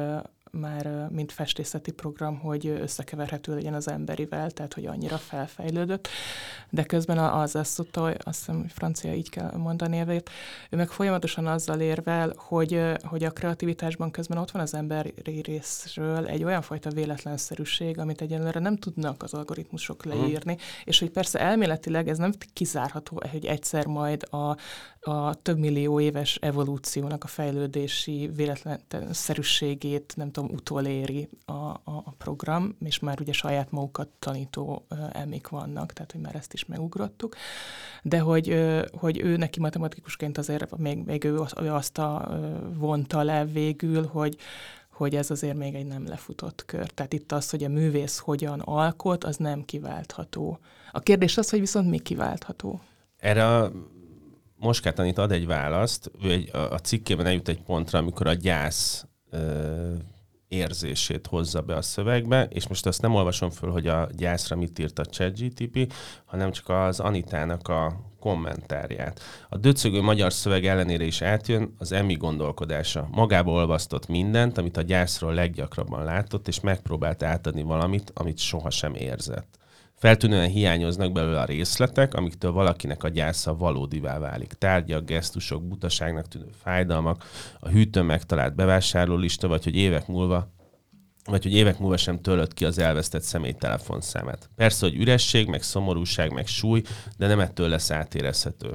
már mint festészeti program, hogy összekeverhető legyen az emberivel, tehát hogy annyira felfejlődött. De közben az Assotoy, azt hiszem, hogy francia így kell mondani nevét, ő meg folyamatosan azzal érvel, hogy, hogy a kreativitásban közben ott van az emberi részről egy olyan fajta véletlenszerűség, amit egyenlőre nem tudnak az algoritmusok leírni, mm. és hogy persze elméletileg ez nem kizárható, hogy egyszer majd a, a több millió éves evolúciónak a fejlődési véletlenszerűségét, nem tudom, utoléri a, a, a program, és már ugye saját magukat tanító uh, emik vannak, tehát hogy már ezt is megugrottuk, de hogy, uh, hogy ő neki matematikusként azért még, még ő, ő azt a, uh, vonta le végül, hogy hogy ez azért még egy nem lefutott kör. Tehát itt az, hogy a művész hogyan alkot, az nem kiváltható. A kérdés az, hogy viszont mi kiváltható. Erre a Moskát Anita ad egy választ, ő egy, a, a cikkében eljut egy pontra, amikor a gyász ö, érzését hozza be a szövegbe, és most azt nem olvasom föl, hogy a gyászra mit írt a ChatGPT, hanem csak az Anitának a kommentárját. A döcögő magyar szöveg ellenére is átjön az Emi gondolkodása. Magába olvasztott mindent, amit a gyászról leggyakrabban látott, és megpróbált átadni valamit, amit sohasem érzett. Feltűnően hiányoznak belőle a részletek, amiktől valakinek a gyásza valódivá válik. Tárgyak, gesztusok, butaságnak tűnő fájdalmak, a hűtőn megtalált bevásárlólista, vagy hogy évek múlva vagy hogy évek múlva sem törölt ki az elvesztett személy telefonszámát. Persze, hogy üresség, meg szomorúság, meg súly, de nem ettől lesz átérezhető.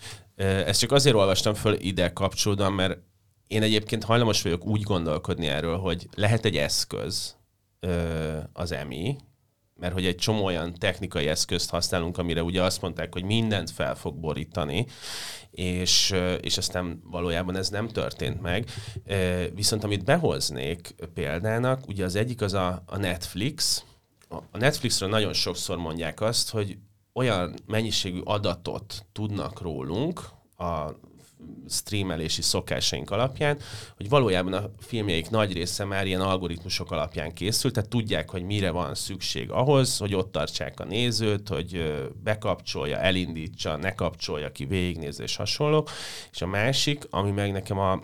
Ezt csak azért olvastam föl ide kapcsolódóan, mert én egyébként hajlamos vagyok úgy gondolkodni erről, hogy lehet egy eszköz az Emi, mert hogy egy csomó olyan technikai eszközt használunk, amire ugye azt mondták, hogy mindent fel fog borítani, és, és aztán valójában ez nem történt meg. Viszont amit behoznék példának, ugye az egyik az a, a Netflix. A Netflixről nagyon sokszor mondják azt, hogy olyan mennyiségű adatot tudnak rólunk a streamelési szokásaink alapján, hogy valójában a filmjeik nagy része már ilyen algoritmusok alapján készült, tehát tudják, hogy mire van szükség ahhoz, hogy ott tartsák a nézőt, hogy bekapcsolja, elindítsa, ne kapcsolja ki, végignéző és hasonló. És a másik, ami meg nekem a,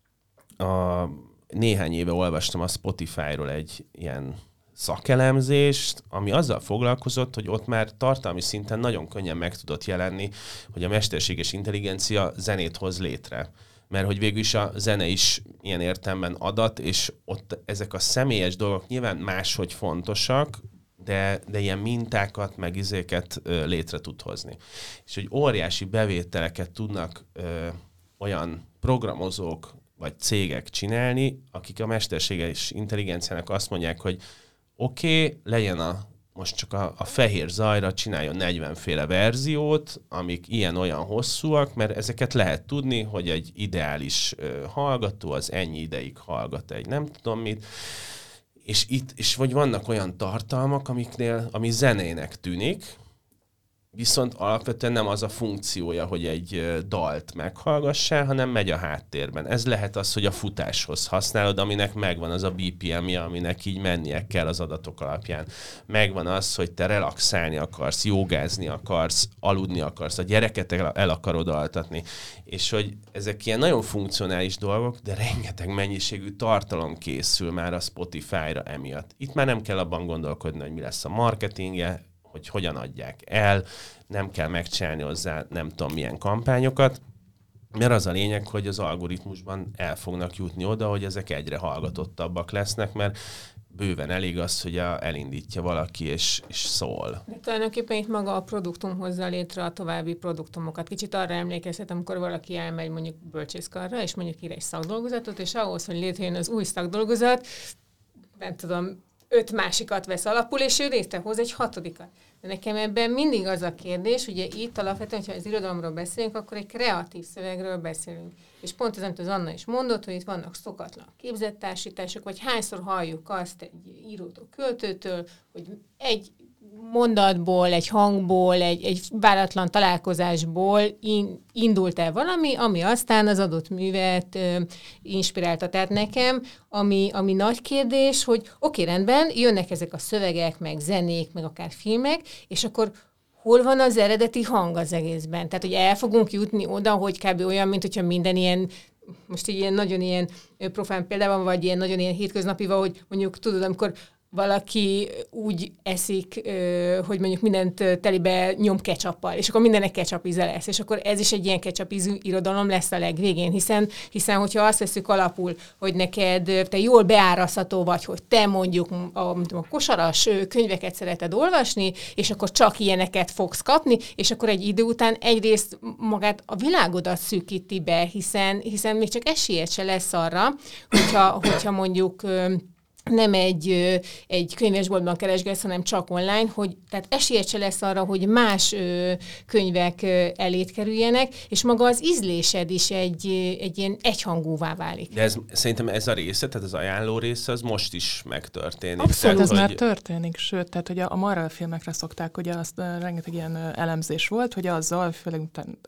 a néhány éve olvastam a Spotify-ról egy ilyen szakelemzést, ami azzal foglalkozott, hogy ott már tartalmi szinten nagyon könnyen meg tudott jelenni, hogy a mesterséges intelligencia zenét hoz létre. Mert hogy végül is a zene is ilyen értelemben adat, és ott ezek a személyes dolgok nyilván máshogy fontosak, de, de ilyen mintákat, meg izéket ö, létre tud hozni. És hogy óriási bevételeket tudnak ö, olyan programozók vagy cégek csinálni, akik a mesterséges intelligenciának azt mondják, hogy oké, okay, legyen a, most csak a, a fehér zajra csináljon negyvenféle verziót, amik ilyen-olyan hosszúak, mert ezeket lehet tudni, hogy egy ideális uh, hallgató az ennyi ideig hallgat egy nem tudom mit, és itt, és vagy vannak olyan tartalmak, amiknél, ami zenének tűnik, viszont alapvetően nem az a funkciója, hogy egy dalt meghallgassál, hanem megy a háttérben. Ez lehet az, hogy a futáshoz használod, aminek megvan az a bé pé em-je, aminek így mennie kell az adatok alapján. Megvan az, hogy te relaxálni akarsz, jogázni akarsz, aludni akarsz, a gyereket el akarod altatni. És hogy ezek ilyen nagyon funkcionális dolgok, de rengeteg mennyiségű tartalom készül már a Spotify-ra emiatt. Itt már nem kell abban gondolkodni, hogy mi lesz a marketingje, hogy hogyan adják el, nem kell megcsinálni hozzá nem tudom milyen kampányokat, mert az a lényeg, hogy az algoritmusban el fognak jutni oda, hogy ezek egyre hallgatottabbak lesznek, mert bőven elég az, hogy a, elindítja valaki, és, és szól. De tulajdonképpen itt maga a produktum hozza létre a további produktumokat. Kicsit arra emlékezhet, amikor valaki elmegy mondjuk bölcsészkarra, és mondjuk ír egy szakdolgozatot, és ahhoz, hogy létrejön az új szakdolgozat, nem tudom, öt másikat vesz alapul, és ő létrehoz egy hatodikat. De nekem ebben mindig az a kérdés, ugye itt alapvetően, hogyha az irodalomról beszélünk, akkor egy kreatív szövegről beszélünk. És pont az, amit az Anna is mondott, hogy itt vannak szokatlan képzettársítások, vagy hányszor halljuk azt egy írótól, költőtől, hogy egy mondatból, egy hangból, egy, egy váratlan találkozásból in, indult el valami, ami aztán az adott művet ö, inspirálta. Tehát nekem, ami, ami nagy kérdés, hogy oké, rendben, jönnek ezek a szövegek, meg zenék, meg akár filmek, és akkor hol van az eredeti hang az egészben? Tehát, hogy el fogunk jutni oda, hogy kb. Olyan, mint hogyha minden ilyen, most így ilyen nagyon ilyen profán példában, vagy ilyen nagyon ilyen hétköznapival, hogy mondjuk tudod, amikor valaki úgy eszik, hogy mondjuk mindent telibe nyom ketchuppal, és akkor mindennek ketchup íze lesz, és akkor ez is egy ilyen ketchup ízű irodalom lesz a legvégén, hiszen, hiszen hogyha azt veszük alapul, hogy neked te jól beárazható vagy, hogy te mondjuk a, a kosaras könyveket szereted olvasni, és akkor csak ilyeneket fogsz kapni, és akkor egy idő után egyrészt magát a világodat szűkíti be, hiszen, hiszen még csak esélyed se lesz arra, hogyha, hogyha mondjuk nem egy, egy könyvesboltban keresgélsz, hanem csak online, hogy tehát esélyed se lesz arra, hogy más ö, könyvek ö, elét kerüljenek, és maga az ízlésed is egy, egy ilyen egyhangúvá válik. De ez, szerintem ez a része, tehát az ajánló része, az most is megtörténik. Abszolút, tehát, ez hogy... már történik, sőt, tehát hogy a, a Marvel filmekre szokták, ugye azt uh, rengeteg ilyen uh, elemzés volt, hogy azzal, főleg,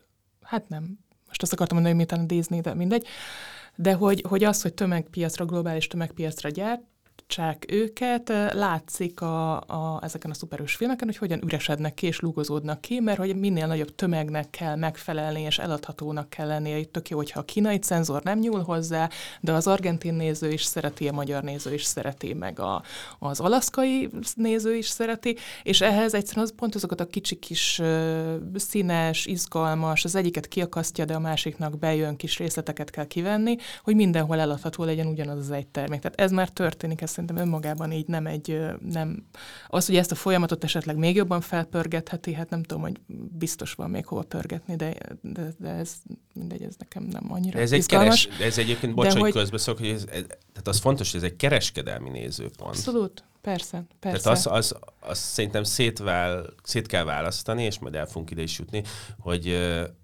hát nem, most azt akartam mondani, hogy miután a Disney, de mindegy, de hogy, hogy az, hogy tömegpiacra, globális tömegpiacra gyárt, csak őket, látszik a, a, ezeken a szuperhős filmeken, hogy hogyan üresednek ki és lúgozódnak ki, mert hogy minél nagyobb tömegnek kell megfelelni, és eladhatónak kell lennie. Itt tök jó, hogyha a kínai cenzor nem nyúl hozzá, de az argentin néző is szereti, a magyar néző is szereti, meg a, az alaszkai néző is szereti, és ehhez egyszerűen az pont azokat a kicsi kis uh, színes, izgalmas, az egyiket kiakasztja, de a másiknak bejön, kis részleteket kell kivenni, hogy mindenhol eladható legyen ugyanaz az egy termék. Tehát ez már történik, ez szerintem önmagában így nem egy, nem, az, hogy ezt a folyamatot esetleg még jobban felpörgetheti, hát nem tudom, hogy biztos van még hova pörgetni, de, de, de ez mindegy, ez nekem nem annyira de ez izgalmas. Egy keres, de ez egyébként, bocs, hogy hogy közbeszólok, hogy ez, ez, tehát az fontos, hogy ez egy kereskedelmi nézőpont. Abszolút, persze, persze. Tehát az, az, az szerintem szétvál, szét kell választani, és majd el fogunk ide is jutni, hogy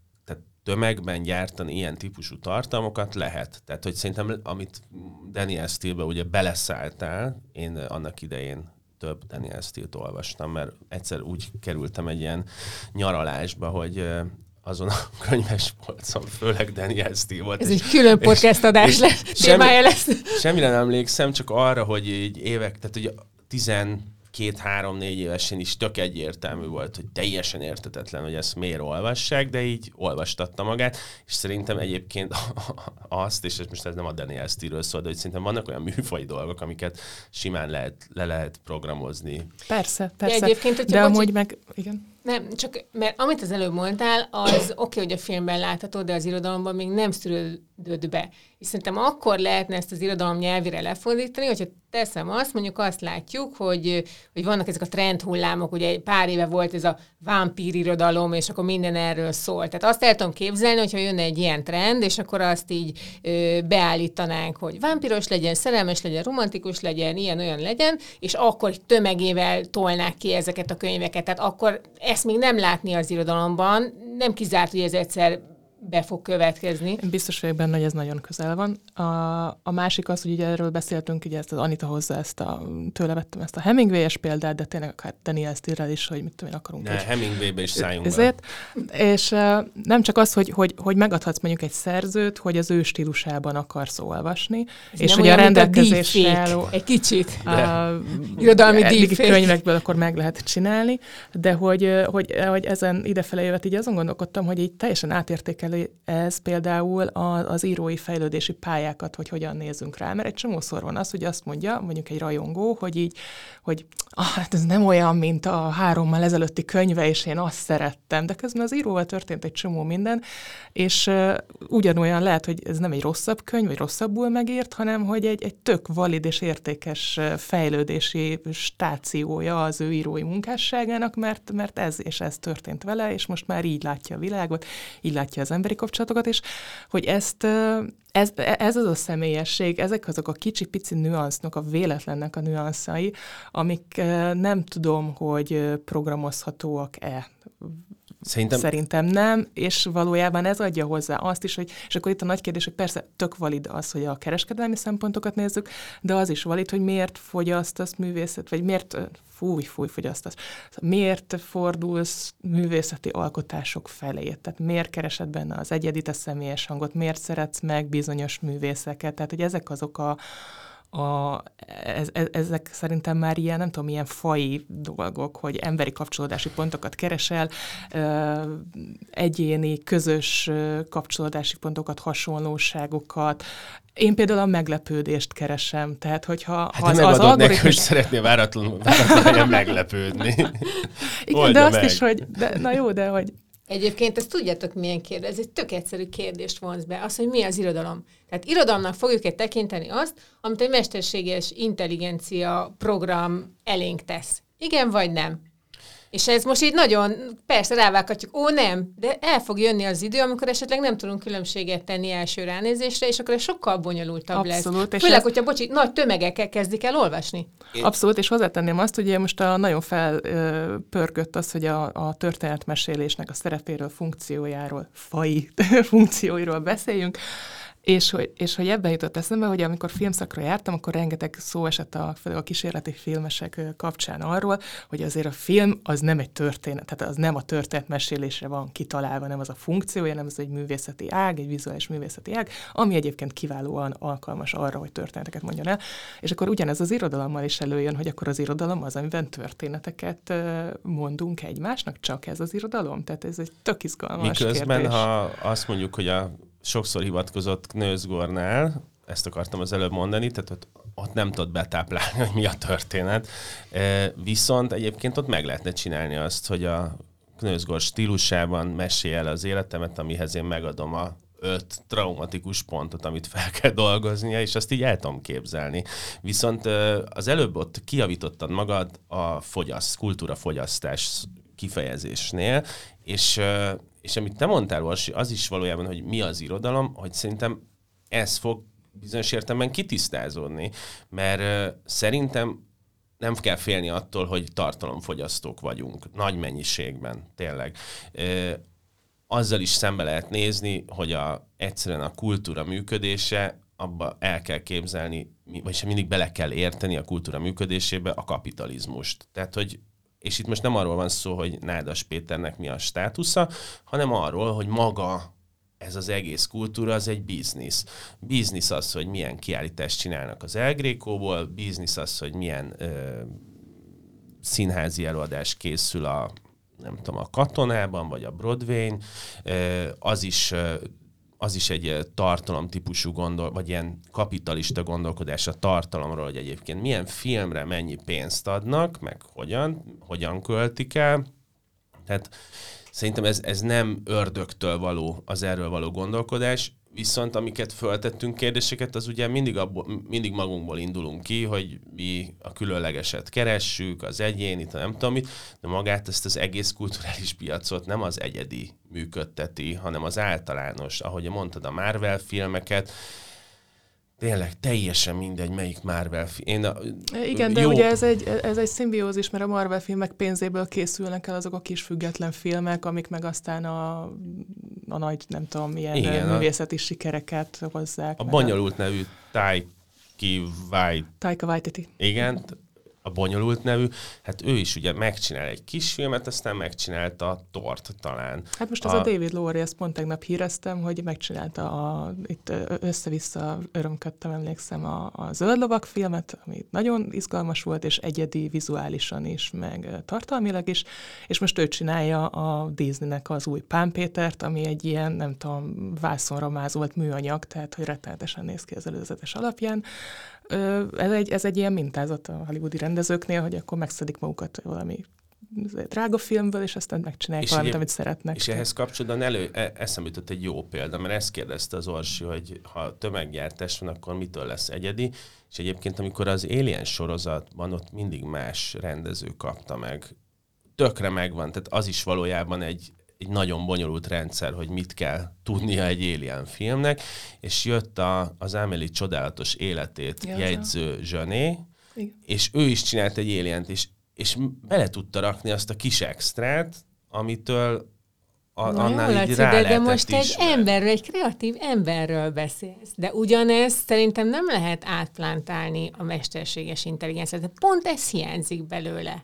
tömegben gyártani ilyen típusú tartalmakat lehet. Tehát, hogy szerintem, amit Daniel Steele-be ugye beleszálltál, én annak idején több Daniel Steele-t olvastam, mert egyszer úgy kerültem egy ilyen nyaralásba, hogy azon a könyves polcon, főleg Daniel Steele volt. Ez egy külön podcast adás lesz, témája lesz. Semmire nem emlékszem, csak arra, hogy így évek, tehát ugye tizen két-három-négy évesen is tök egyértelmű volt, hogy teljesen értetetlen, hogy ezt miért olvassák, de így olvastatta magát, és szerintem egyébként azt, és most ez nem a Daniel Steele-ről szól, de hogy szerintem vannak olyan műfaj dolgok, amiket simán lehet, le lehet programozni. Persze, persze. De, egyébként, de amúgy meg, igen. Nem, csak mert amit az előbb mondtál, az oké, okay, hogy a filmben látható, de az irodalomban még nem szűrődött be. És szerintem akkor lehetne ezt az irodalom nyelvére lefordítani, hogyha teszem azt, mondjuk azt látjuk, hogy, hogy vannak ezek a trendhullámok, ugye pár éve volt ez a vámpír irodalom, és akkor minden erről szól. Tehát azt el tudom képzelni, hogyha jönne egy ilyen trend, és akkor azt így ö, beállítanánk, hogy vámpíros legyen, szerelmes legyen, romantikus legyen, ilyen-olyan legyen, és akkor tömegével tolnák ki ezeket a könyveket. Tehát akkor ezt még nem látni az irodalomban, nem kizárt, hogy ez egyszer be fog következni. Biztos vagyok benne, hogy ez nagyon közel van. A, a másik az, hogy ugye erről beszéltünk, ugye ezt az Anita hozza ezt a, tőle vettem ezt a Hemingway-es példát, de tényleg akár Daniel Steele-rel is, hogy mit tudom én akarunk. Ne, Hemingway-be is szálljunk ezért, és uh, nem csak az, hogy, hogy, hogy megadhatsz mondjuk egy szerzőt, hogy az ő stílusában akarsz olvasni, ez és hogy a rendelkezésre álló egy kicsit uh, irodalmi deepfake könyvekből akkor meg lehet csinálni, de hogy, hogy, hogy ezen idefele jövet így azon gondolkodtam, hogy így teljesen átértékelő ez például az írói fejlődési pályákat, hogy hogyan nézzünk rá. Mert egy csomószor van az, hogy azt mondja, mondjuk egy rajongó, hogy így, hogy ah, hát ez nem olyan, mint a hárommal ezelőtti könyve, és én azt szerettem. De közben az íróval történt egy csomó minden, és uh, ugyanolyan lehet, hogy ez nem egy rosszabb könyv, vagy rosszabbul megírt, hanem hogy egy, egy tök valid és értékes fejlődési stációja az ő írói munkásságának, mert, mert ez és ez történt vele, és most már így látja a világot, így látja az emberi kapcsolatokat, és hogy ezt, ez, ez az a személyesség, ezek azok a kicsi-pici nüansznak, a véletlennek a nüanszai, amik nem tudom, hogy programozhatóak-e. Szerintem... Szerintem nem, és valójában ez adja hozzá azt is, hogy, és akkor itt a nagy kérdés, hogy persze tök valid az, hogy a kereskedelmi szempontokat nézzük, de az is valid, hogy miért fogyasztasz művészet, vagy miért, fúj, fúj, fogyasztasz, miért fordulsz művészeti alkotások felé, tehát miért keresed benne az egyedit, a személyes hangot, miért szeretsz meg bizonyos művészeket, tehát hogy ezek azok a A, ez, ezek szerintem már ilyen, nem tudom, ilyen faji dolgok, hogy emberi kapcsolódási pontokat keresel, egyéni, közös kapcsolódási pontokat, hasonlóságokat. Én például a meglepődést keresem, tehát hogyha hát ha az, megadod az algoritmus... neki, hogy szeretnél váratlanul váratlan meglepődni. Igen, Oldja de azt meg. is, hogy, de, na jó, de hogy... Egyébként ezt tudjátok milyen kérdés, ez egy tök egyszerű kérdést vonz be, az, hogy mi az irodalom. Tehát irodalomnak fogjuk-e tekinteni azt, amit egy mesterséges intelligencia program elénk tesz. Igen vagy nem? És ez most így nagyon, persze rávághatjuk, ó nem, de el fog jönni az idő, amikor esetleg nem tudunk különbséget tenni első ránézésre, és akkor ez sokkal bonyolultabb Abszolút, lesz. Főleg, ez... hogyha, bocsi, nagy tömegekkel kezdik el olvasni. Abszolút, és hozzátenném azt, hogy most a nagyon felpörgött az, hogy a, a történetmesélésnek a szerepéről, funkciójáról, faji funkcióiról beszéljünk, És hogy, és hogy ebben jutott eszembe, hogy amikor filmszakra jártam, akkor rengeteg szó esett a, a kísérleti filmesek kapcsán arról, hogy azért a film az nem egy történet, tehát az nem a történetmesélésre van kitalálva, nem az a funkciója, nem az egy művészeti ág, egy vizuális művészeti ág, ami egyébként kiválóan alkalmas arra, hogy történeteket mondjon el. És akkor ugyanez az irodalommal is előjön, hogy akkor az irodalom az, amiben történeteket mondunk egymásnak, csak ez az irodalom? Tehát ez egy tök izgalmas Miközben, kérdés. ha azt mondjuk, hogy a sokszor hivatkozott Knausgårdnál, ezt akartam az előbb mondani, tehát ott, ott nem tudod betáplálni, hogy mi a történet. E, viszont egyébként ott meg lehetne csinálni azt, hogy a Knausgård stílusában mesélj el az életemet, amihez én megadom a öt traumatikus pontot, amit fel kell dolgoznia, és azt így el tudom képzelni. Viszont az előbb ott kijavítottad magad a fogyaszt, kultúrafogyasztás kifejezésnél, és És amit te mondtál, Orsi, az is valójában, hogy mi az irodalom, hogy szerintem ez fog bizonyos értelemben kitisztázódni, mert uh, szerintem nem kell félni attól, hogy tartalomfogyasztók vagyunk, nagy mennyiségben, tényleg. Uh, azzal is szembe lehet nézni, hogy a, egyszerűen a kultúra működése, abba el kell képzelni, vagyis mindig bele kell érteni a kultúra működésébe a kapitalizmust. Tehát, hogy és itt most nem arról van szó, hogy Nádas Péternek mi a státusza, hanem arról, hogy maga ez az egész kultúra, az egy biznisz. Biznisz az, hogy milyen kiállítást csinálnak az El Greco-ból, biznisz az, hogy milyen ö, színházi előadás készül a, nem tudom, a Katonában, vagy a Broadwayn, ö, az is... Ö, az is egy tartalomtípusú gondol, vagy ilyen kapitalista gondolkodás a tartalomról, hogy egyébként milyen filmre mennyi pénzt adnak, meg hogyan, hogyan költik el. Tehát szerintem ez, ez nem ördögtől való az erről való gondolkodás, viszont amiket föltettünk kérdéseket, az ugye mindig, abból, mindig magunkból indulunk ki, hogy mi a különlegeset keressük, az egyénit, nem tudom mit, de magát ezt az egész kulturális piacot nem az egyedi működteti, hanem az általános, ahogy mondtad, a Marvel filmeket. tényleg teljesen mindegy, melyik Marvel film. Én a, Igen, de jó... ugye ez egy, ez egy szimbiózis, mert a Marvel filmek pénzéből készülnek el azok a kis független filmek, amik meg aztán a, a nagy, nem tudom, milyen Igen, művészeti a, sikereket hozzák. A bonyolult nevű Taiki Waititi. Taika Waititi. Igen, a bonyolult nevű, hát ő is ugye megcsinál egy kis filmet, aztán megcsinálta a Thort talán. Hát most az a, a David Lowery, ezt pont tegnap híreztem, hogy megcsinálta a, itt össze-vissza örömködtem, emlékszem, a, a Zöld Lovag filmet, ami nagyon izgalmas volt, és egyedi vizuálisan is, meg tartalmilag is, és most ő csinálja a Disneynek az új Pán Pétert, ami egy ilyen, nem tudom, vászonra mázolt műanyag, tehát hogy rettenetesen néz ki az előzetes alapján. Ez egy, ez egy ilyen mintázat a hollywoodi rendezőknél, hogy akkor megszedik magukat valami drága filmből, és aztán megcsinálják és valamit, amit szeretnek. És ehhez kapcsolatban elő, eszembe jutott egy jó példa, mert ezt kérdezte az Orsi, hogy ha tömeggyártás van, akkor mitől lesz egyedi, és egyébként amikor az Alien sorozatban ott mindig más rendező kapta meg, tökre megvan, tehát az is valójában egy egy nagyon bonyolult rendszer, hogy mit kell tudnia egy Alien filmnek, és jött a, az Amélie csodálatos életét ja, jegyző Zsané, és ő is csinált egy Alient, és, és bele tudta rakni azt a kis extrát, amitől a, Na, annál jó, így Laci, rá de, lehetett de most ismerni. egy emberről, egy kreatív emberről beszélsz. De ugyanezt szerintem nem lehet átplántálni a mesterséges intelligenciát. De pont ez hiányzik belőle.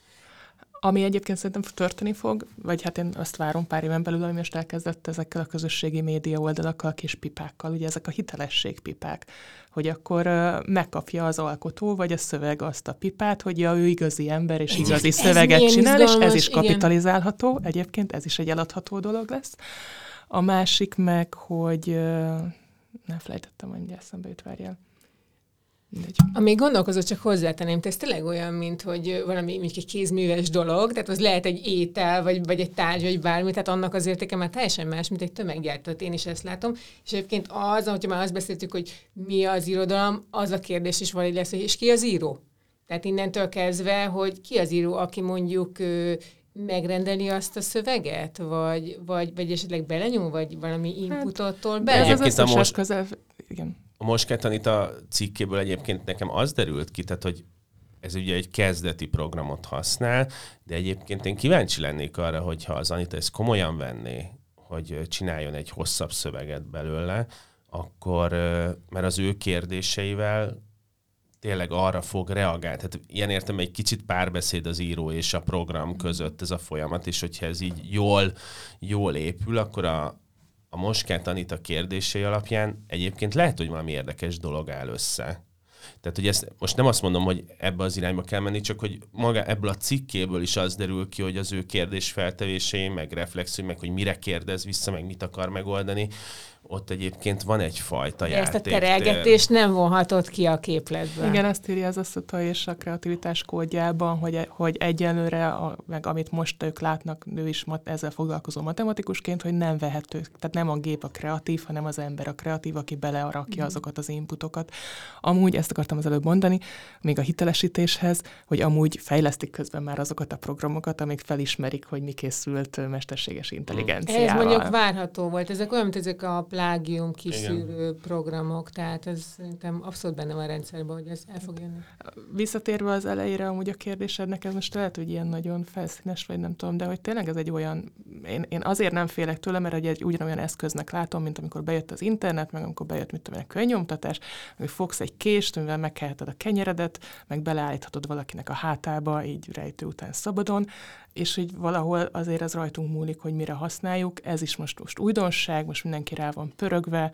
Ami egyébként szerintem történni fog, vagy hát én azt várom pár éven belül, ami most elkezdett ezekkel a közösségi média oldalakkal, kis pipákkal, ugye ezek a hitelességpipák, hogy akkor uh, megkapja az alkotó, vagy a szöveg azt a pipát, hogy ja, ő igazi ember, és igazi ez szöveget csinál, izgalmas, és ez is kapitalizálható, igen. Egyébként ez is egy eladható dolog lesz. A másik meg, hogy uh, nem felejtettem, hogy eszembe jut, várjál. Mindegy. Amíg gondolkozott, csak hozzátenném, ez tényleg olyan, mint hogy valami mint egy kézműves dolog, tehát az lehet egy étel, vagy, vagy egy tárgy, vagy bármi, tehát annak az értéke már teljesen más, mint egy tömeggyártott, én is ezt látom. És egyébként az, hogyha már azt beszéltük, hogy mi az irodalom, az a kérdés is valami lesz, hogy és ki az író? Tehát innentől kezdve, hogy ki az író, aki mondjuk megrendeli azt a szöveget, vagy, vagy, vagy esetleg belenyúl, vagy valami inputottól hát, bele? Ez az összes most... közel, igen. A Moskát Anita cikkéből egyébként nekem az derült ki, tehát, hogy ez ugye egy kezdeti programot használ, de egyébként én kíváncsi lennék arra, hogyha az Anita ezt komolyan venné, hogy csináljon egy hosszabb szöveget belőle, akkor, mert az ő kérdéseivel tényleg arra fog reagálni. Tehát ilyen értem egy kicsit párbeszéd az író és a program között ez a folyamat, és hogyha ez így jól, jól épül, akkor a a Moskát Anita kérdései alapján egyébként lehet, hogy valami érdekes dolog áll össze. Tehát, hogy ezt most nem azt mondom, hogy ebbe az irányba kell menni, csak hogy maga ebből a cikkéből is az derül ki, hogy az ő kérdésfeltevései, meg reflexi, meg hogy mire kérdez vissza, meg mit akar megoldani, ott egyébként van egyfajta játék. Ezt a terelgetést nem vonhatod ki a képletből. Igen, ezt írja az Asszuta és a kreativitás kódjában, hogy, hogy egyenlőre, a, meg amit most ők látnak, ő is ezzel foglalkozó matematikusként, hogy nem vehető, tehát nem a gép a kreatív, hanem az ember a kreatív, aki belearakja azokat az inputokat. Amúgy ezt akartam az előbb mondani, még a hitelesítéshez, hogy amúgy fejlesztik közben már azokat a programokat, amik felismerik, hogy mi készült mesterséges intelligenciával. Ez mondjuk várható volt. Ezek olyan, mint ezek a plágium kiszűrő Igen. programok, tehát ez szerintem abszolút benne van a rendszerben, hogy ez el fog jönni. Visszatérve az elejére amúgy a kérdésednek, ez most lehet, hogy ilyen nagyon felszínes, vagy nem tudom, de hogy tényleg ez egy olyan, én, én azért nem félek tőle, mert hogy egy ugyanolyan eszköznek látom, mint amikor bejött az internet, meg amikor bejött, mit tudom, a könyvnyomtatás, hogy fogsz egy kést, amivel megkelheted a kenyeredet, meg beleállíthatod valakinek a hátába, így rejtő után szabadon, és hogy valahol azért ez rajtunk múlik, hogy mire használjuk. Ez is most, most újdonság, most mindenki rá van pörögve,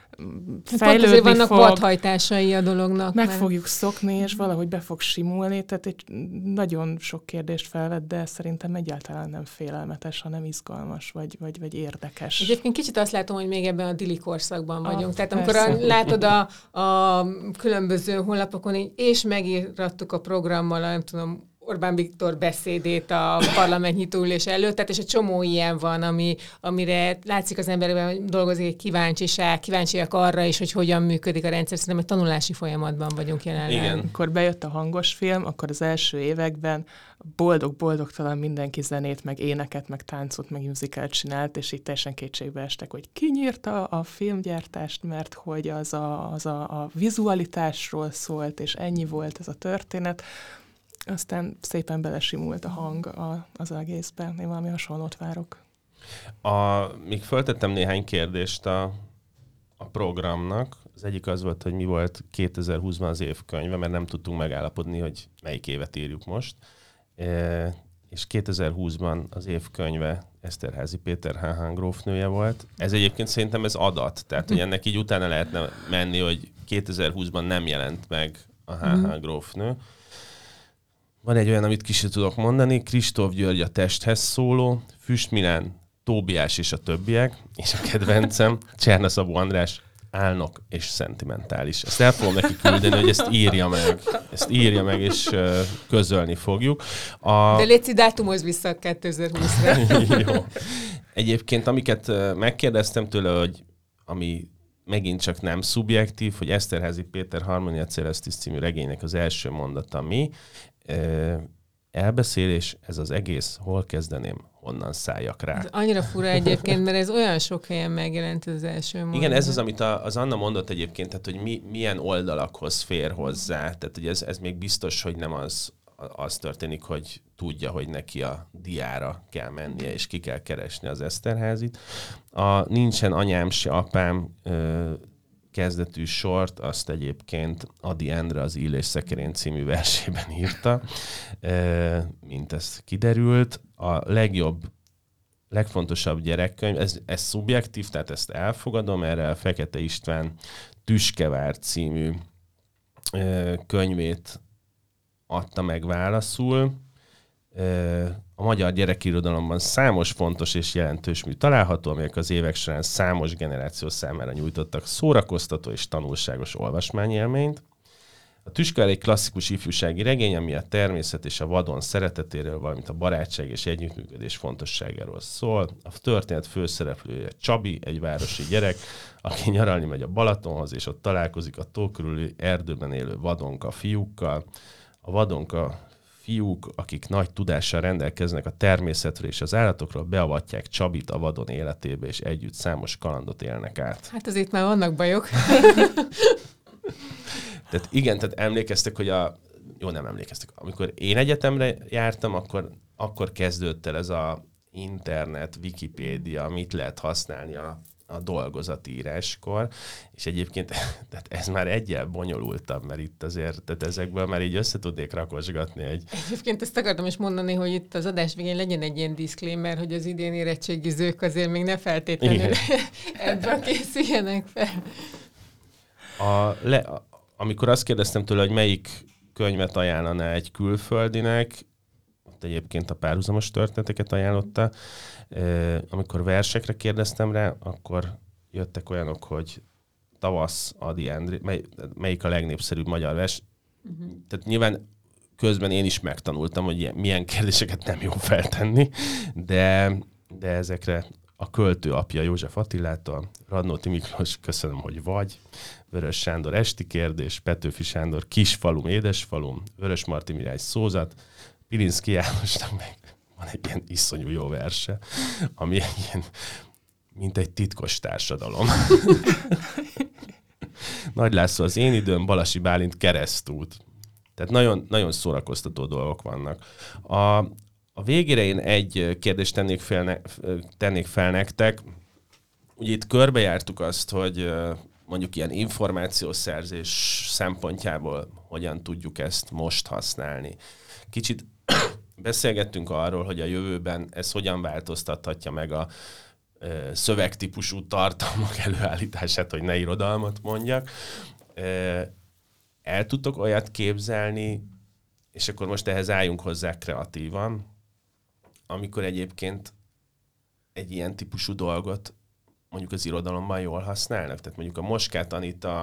fejlődni Pont vannak fog. vadhajtásai a dolognak. Meg mert... fogjuk szokni, és valahogy be fog simulni, tehát egy nagyon sok kérdést felvett, de szerintem egyáltalán nem félelmetes, hanem izgalmas, vagy, vagy, vagy érdekes. Egyébként kicsit azt látom, hogy még ebben a dili korszakban vagyunk. Ah, tehát amikor a, látod a, a különböző honlapokon, így, és megírattuk a programmal, nem tudom, Orbán Viktor beszédét a parlamentnyitó ülés előtt, tehát és egy csomó ilyen van, ami, amire látszik az emberekben, hogy dolgozik egy kíváncsiság, kíváncsiak arra is, hogy hogyan működik a rendszer. Szerintem egy tanulási folyamatban vagyunk jelenleg. Igen. Amikor bejött a hangos film, akkor az első években boldog-boldogtalan mindenki zenét, meg éneket, meg táncot, meg musicalt csinált, és így teljesen kétségbe estek, hogy ki nyírta a filmgyártást, mert hogy az a, az a, a vizualitásról szólt, és ennyi volt ez a történet. Aztán szépen belesimult a hang a, az egészbe. Én valami hasonlót várok. A, még föltettem néhány kérdést a, a programnak. Az egyik az volt, hogy mi volt kétezer-húszban az évkönyve, mert nem tudtunk megállapodni, hogy melyik évet írjuk most. E, és kétezer-húszban az évkönyve Eszterházy Péter há há grófnője volt. Ez egyébként szerintem ez adat. Tehát, hogy ennek így utána lehetne menni, hogy kétezer-húszban nem jelent meg a há há grófnő. Van egy olyan, amit ki sem tudok mondani, Kristóf György a testhez szóló, Füst Milán, Tóbiás és a többiek, és a kedvencem, Cserna Szabó András, álnok és szentimentális. Ezt el fogom neki küldeni, hogy ezt írja meg. Ezt írja meg, és uh, közölni fogjuk. A... De létszi, dátumhoz vissza kétezer-húszra. Jó. Egyébként, amiket uh, megkérdeztem tőle, hogy ami megint csak nem szubjektív, hogy Eszterházy Péter Harmonia Celestis című regénynek az első mondata mi, elbeszélés, ez az egész, hol kezdeném, honnan szálljak rá. Ez annyira fura egyébként, mert ez olyan sok helyen megjelent az első mondat. Igen, ez az, amit a, az Anna mondott egyébként, tehát, hogy mi, milyen oldalakhoz fér hozzá. Tehát, hogy ez, ez még biztos, hogy nem az, az történik, hogy tudja, hogy neki a diára kell mennie, és ki kell keresni az Eszterházit. A Nincsen anyám se apám ö, kezdetű sort, azt egyébként Ady Endre az Illés Szekerén című versében írta, mint ez kiderült. A legjobb, legfontosabb gyerekkönyv, ez, ez szubjektív, tehát ezt elfogadom, erre a Fekete István Tüskevár című könyvét adta meg válaszul. A magyar gyerekirodalomban számos fontos és jelentős mű található, amelyek az évek során számos generáció számára nyújtottak szórakoztató és tanulságos olvasmányélményt. A Tüskevár egy klasszikus ifjúsági regény, ami a természet és a vadon szeretetéről, valamint a barátság és együttműködés fontosságáról szól. A történet főszereplője Csabi, egy városi gyerek, aki nyaralni megy a Balatonhoz, és ott találkozik a tó körüli erdőben élő vadonka fiúkkal. A vadonka fiúk, akik nagy tudással rendelkeznek a természetről és az állatokról, beavatják Csabit a vadon életébe, és együtt számos kalandot élnek át. Hát azért már vannak bajok. Tehát igen, tehát emlékeztek, hogy a... Jó, nem emlékeztek. Amikor én egyetemre jártam, akkor, akkor kezdődött el ez a internet, Wikipédia, mit lehet használni a, a dolgozatíráskor, és egyébként tehát ez már egyel bonyolultabb, mert itt azért, tehát ezekből már így össze tudnék rakosgatni egy... Egyébként ezt akartam is mondani, hogy itt az adás végén legyen egy ilyen disclaimer, hogy az idén érettségizők azért még ne feltétlenül ebből készüljenek fel. A le, a, amikor azt kérdeztem tőle, hogy melyik könyvet ajánlaná egy külföldinek, ott egyébként a párhuzamos történeteket ajánlotta, e, amikor versekre kérdeztem rá, akkor jöttek olyanok, hogy Tavasz, Ady Endre, mely, melyik a legnépszerűbb magyar vers. Uh-huh. Tehát nyilván közben én is megtanultam, hogy ilyen, milyen kérdéseket nem jó feltenni, de, de ezekre a költő apja József Attilától, Radnóti Miklós, köszönöm, hogy vagy, Vörös Sándor Esti kérdés, Petőfi Sándor Kisfalum, Édesfalum, Vörös Marti Mirály Szózat, Pilinszky Jánosnak meg van egy ilyen iszonyú jó verse, ami egy ilyen, mint egy titkos társadalom. Nagy László Az én időm, Balasi Bálint Keresztút. Tehát nagyon, nagyon szórakoztató dolgok vannak. A, a végére én egy kérdést tennék fel, ne, tennék fel nektek. Ugye itt körbejártuk azt, hogy mondjuk ilyen információszerzés szempontjából hogyan tudjuk ezt most használni. Kicsit beszélgettünk arról, hogy a jövőben ez hogyan változtathatja meg a ö, szövegtípusú tartalmak előállítását, hogy ne irodalmat mondjak. Ö, el tudtok olyat képzelni, és akkor most ehhez álljunk hozzá kreatívan, amikor egyébként egy ilyen típusú dolgot mondjuk az irodalomban jól használnak. Tehát mondjuk a Moskát Anita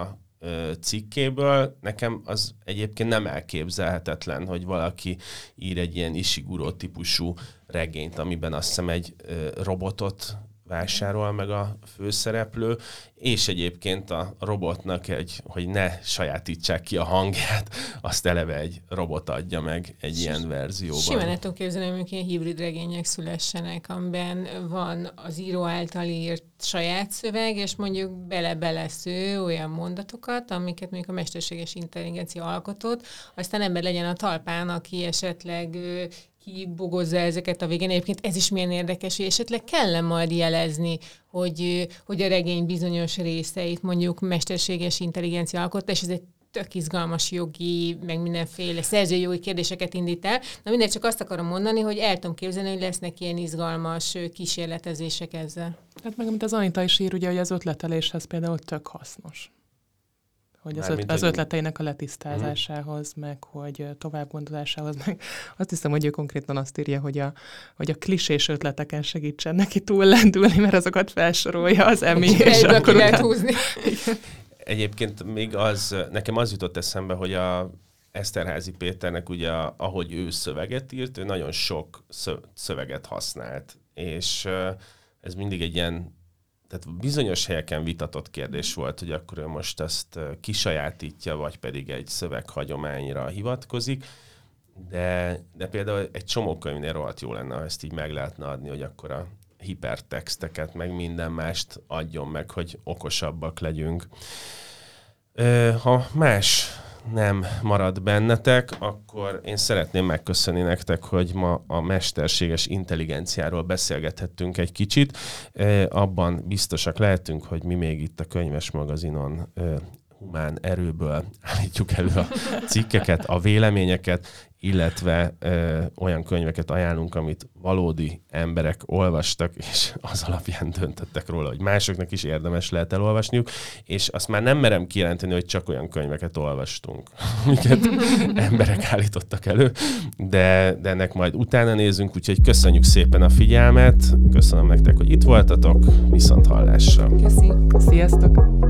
cikkéből, nekem az egyébként nem elképzelhetetlen, hogy valaki ír egy ilyen Ishiguro típusú regényt, amiben azt hiszem egy robotot vásárol meg a főszereplő, és egyébként a robotnak egy, hogy ne sajátítsák ki a hangját, azt eleve egy robot adja meg egy ilyen verzióban. Simán el tudom képzelni, hogy ilyen hibrid regények szülessenek, amiben van az író által írt saját szöveg, és mondjuk bele-belesző olyan mondatokat, amiket mondjuk a mesterséges intelligencia alkotott, aztán ember legyen a talpán, aki esetleg kibogozza ezeket a végén. Egyébként ez is milyen érdekes, hogy esetleg kell majd jelezni, hogy, hogy a regény bizonyos részeit mondjuk mesterséges intelligencia alkotta, és ez egy tök izgalmas jogi, meg mindenféle szerzőjogi kérdéseket indít el. Na mindegy, csak azt akarom mondani, hogy el tudom képzelni, hogy lesznek ilyen izgalmas kísérletezések ezzel. Hát meg, amit az Anita is ír, ugye, hogy az ötleteléshez például tök hasznos. Hogy az, öt, az ötleteinek a letisztázásához, uh-huh. meg hogy továbbgondolásához, meg azt hiszem, hogy ő konkrétan azt írja, hogy a, hogy a klisés ötleteken segítsen neki túl lendülni, mert azokat felsorolja az Emi, és, és akkor lehet húzni. Egyébként még az, nekem az jutott eszembe, hogy a Eszterházy Péternek ugye, ahogy ő szöveget írt, ő nagyon sok szöveget használt, és ez mindig egy ilyen, tehát bizonyos helyeken vitatott kérdés volt, hogy akkor ő most ezt kisajátítja, vagy pedig egy szöveghagyományra hivatkozik, de, de például egy csomó könyvnél rohadt jó lenne, ha ezt így meg lehetne adni, hogy akkor a hipertexteket, meg minden mást adjon meg, hogy okosabbak legyünk. Ha más nem marad bennetek, akkor én szeretném megköszönni nektek, hogy ma a mesterséges intelligenciáról beszélgethettünk egy kicsit. Abban biztosak lehetünk, hogy mi még itt a Könyves Magazinon humán erőből állítjuk elő a cikkeket, a véleményeket, illetve ö, olyan könyveket ajánlunk, amit valódi emberek olvastak, és az alapján döntöttek róla, hogy másoknak is érdemes lehet elolvasniuk, és azt már nem merem kijelenteni, hogy csak olyan könyveket olvastunk, amiket emberek állítottak elő, de, de ennek majd utána nézünk, úgyhogy köszönjük szépen a figyelmet, köszönöm nektek, hogy itt voltatok, viszont hallásra. Köszi. Sziasztok!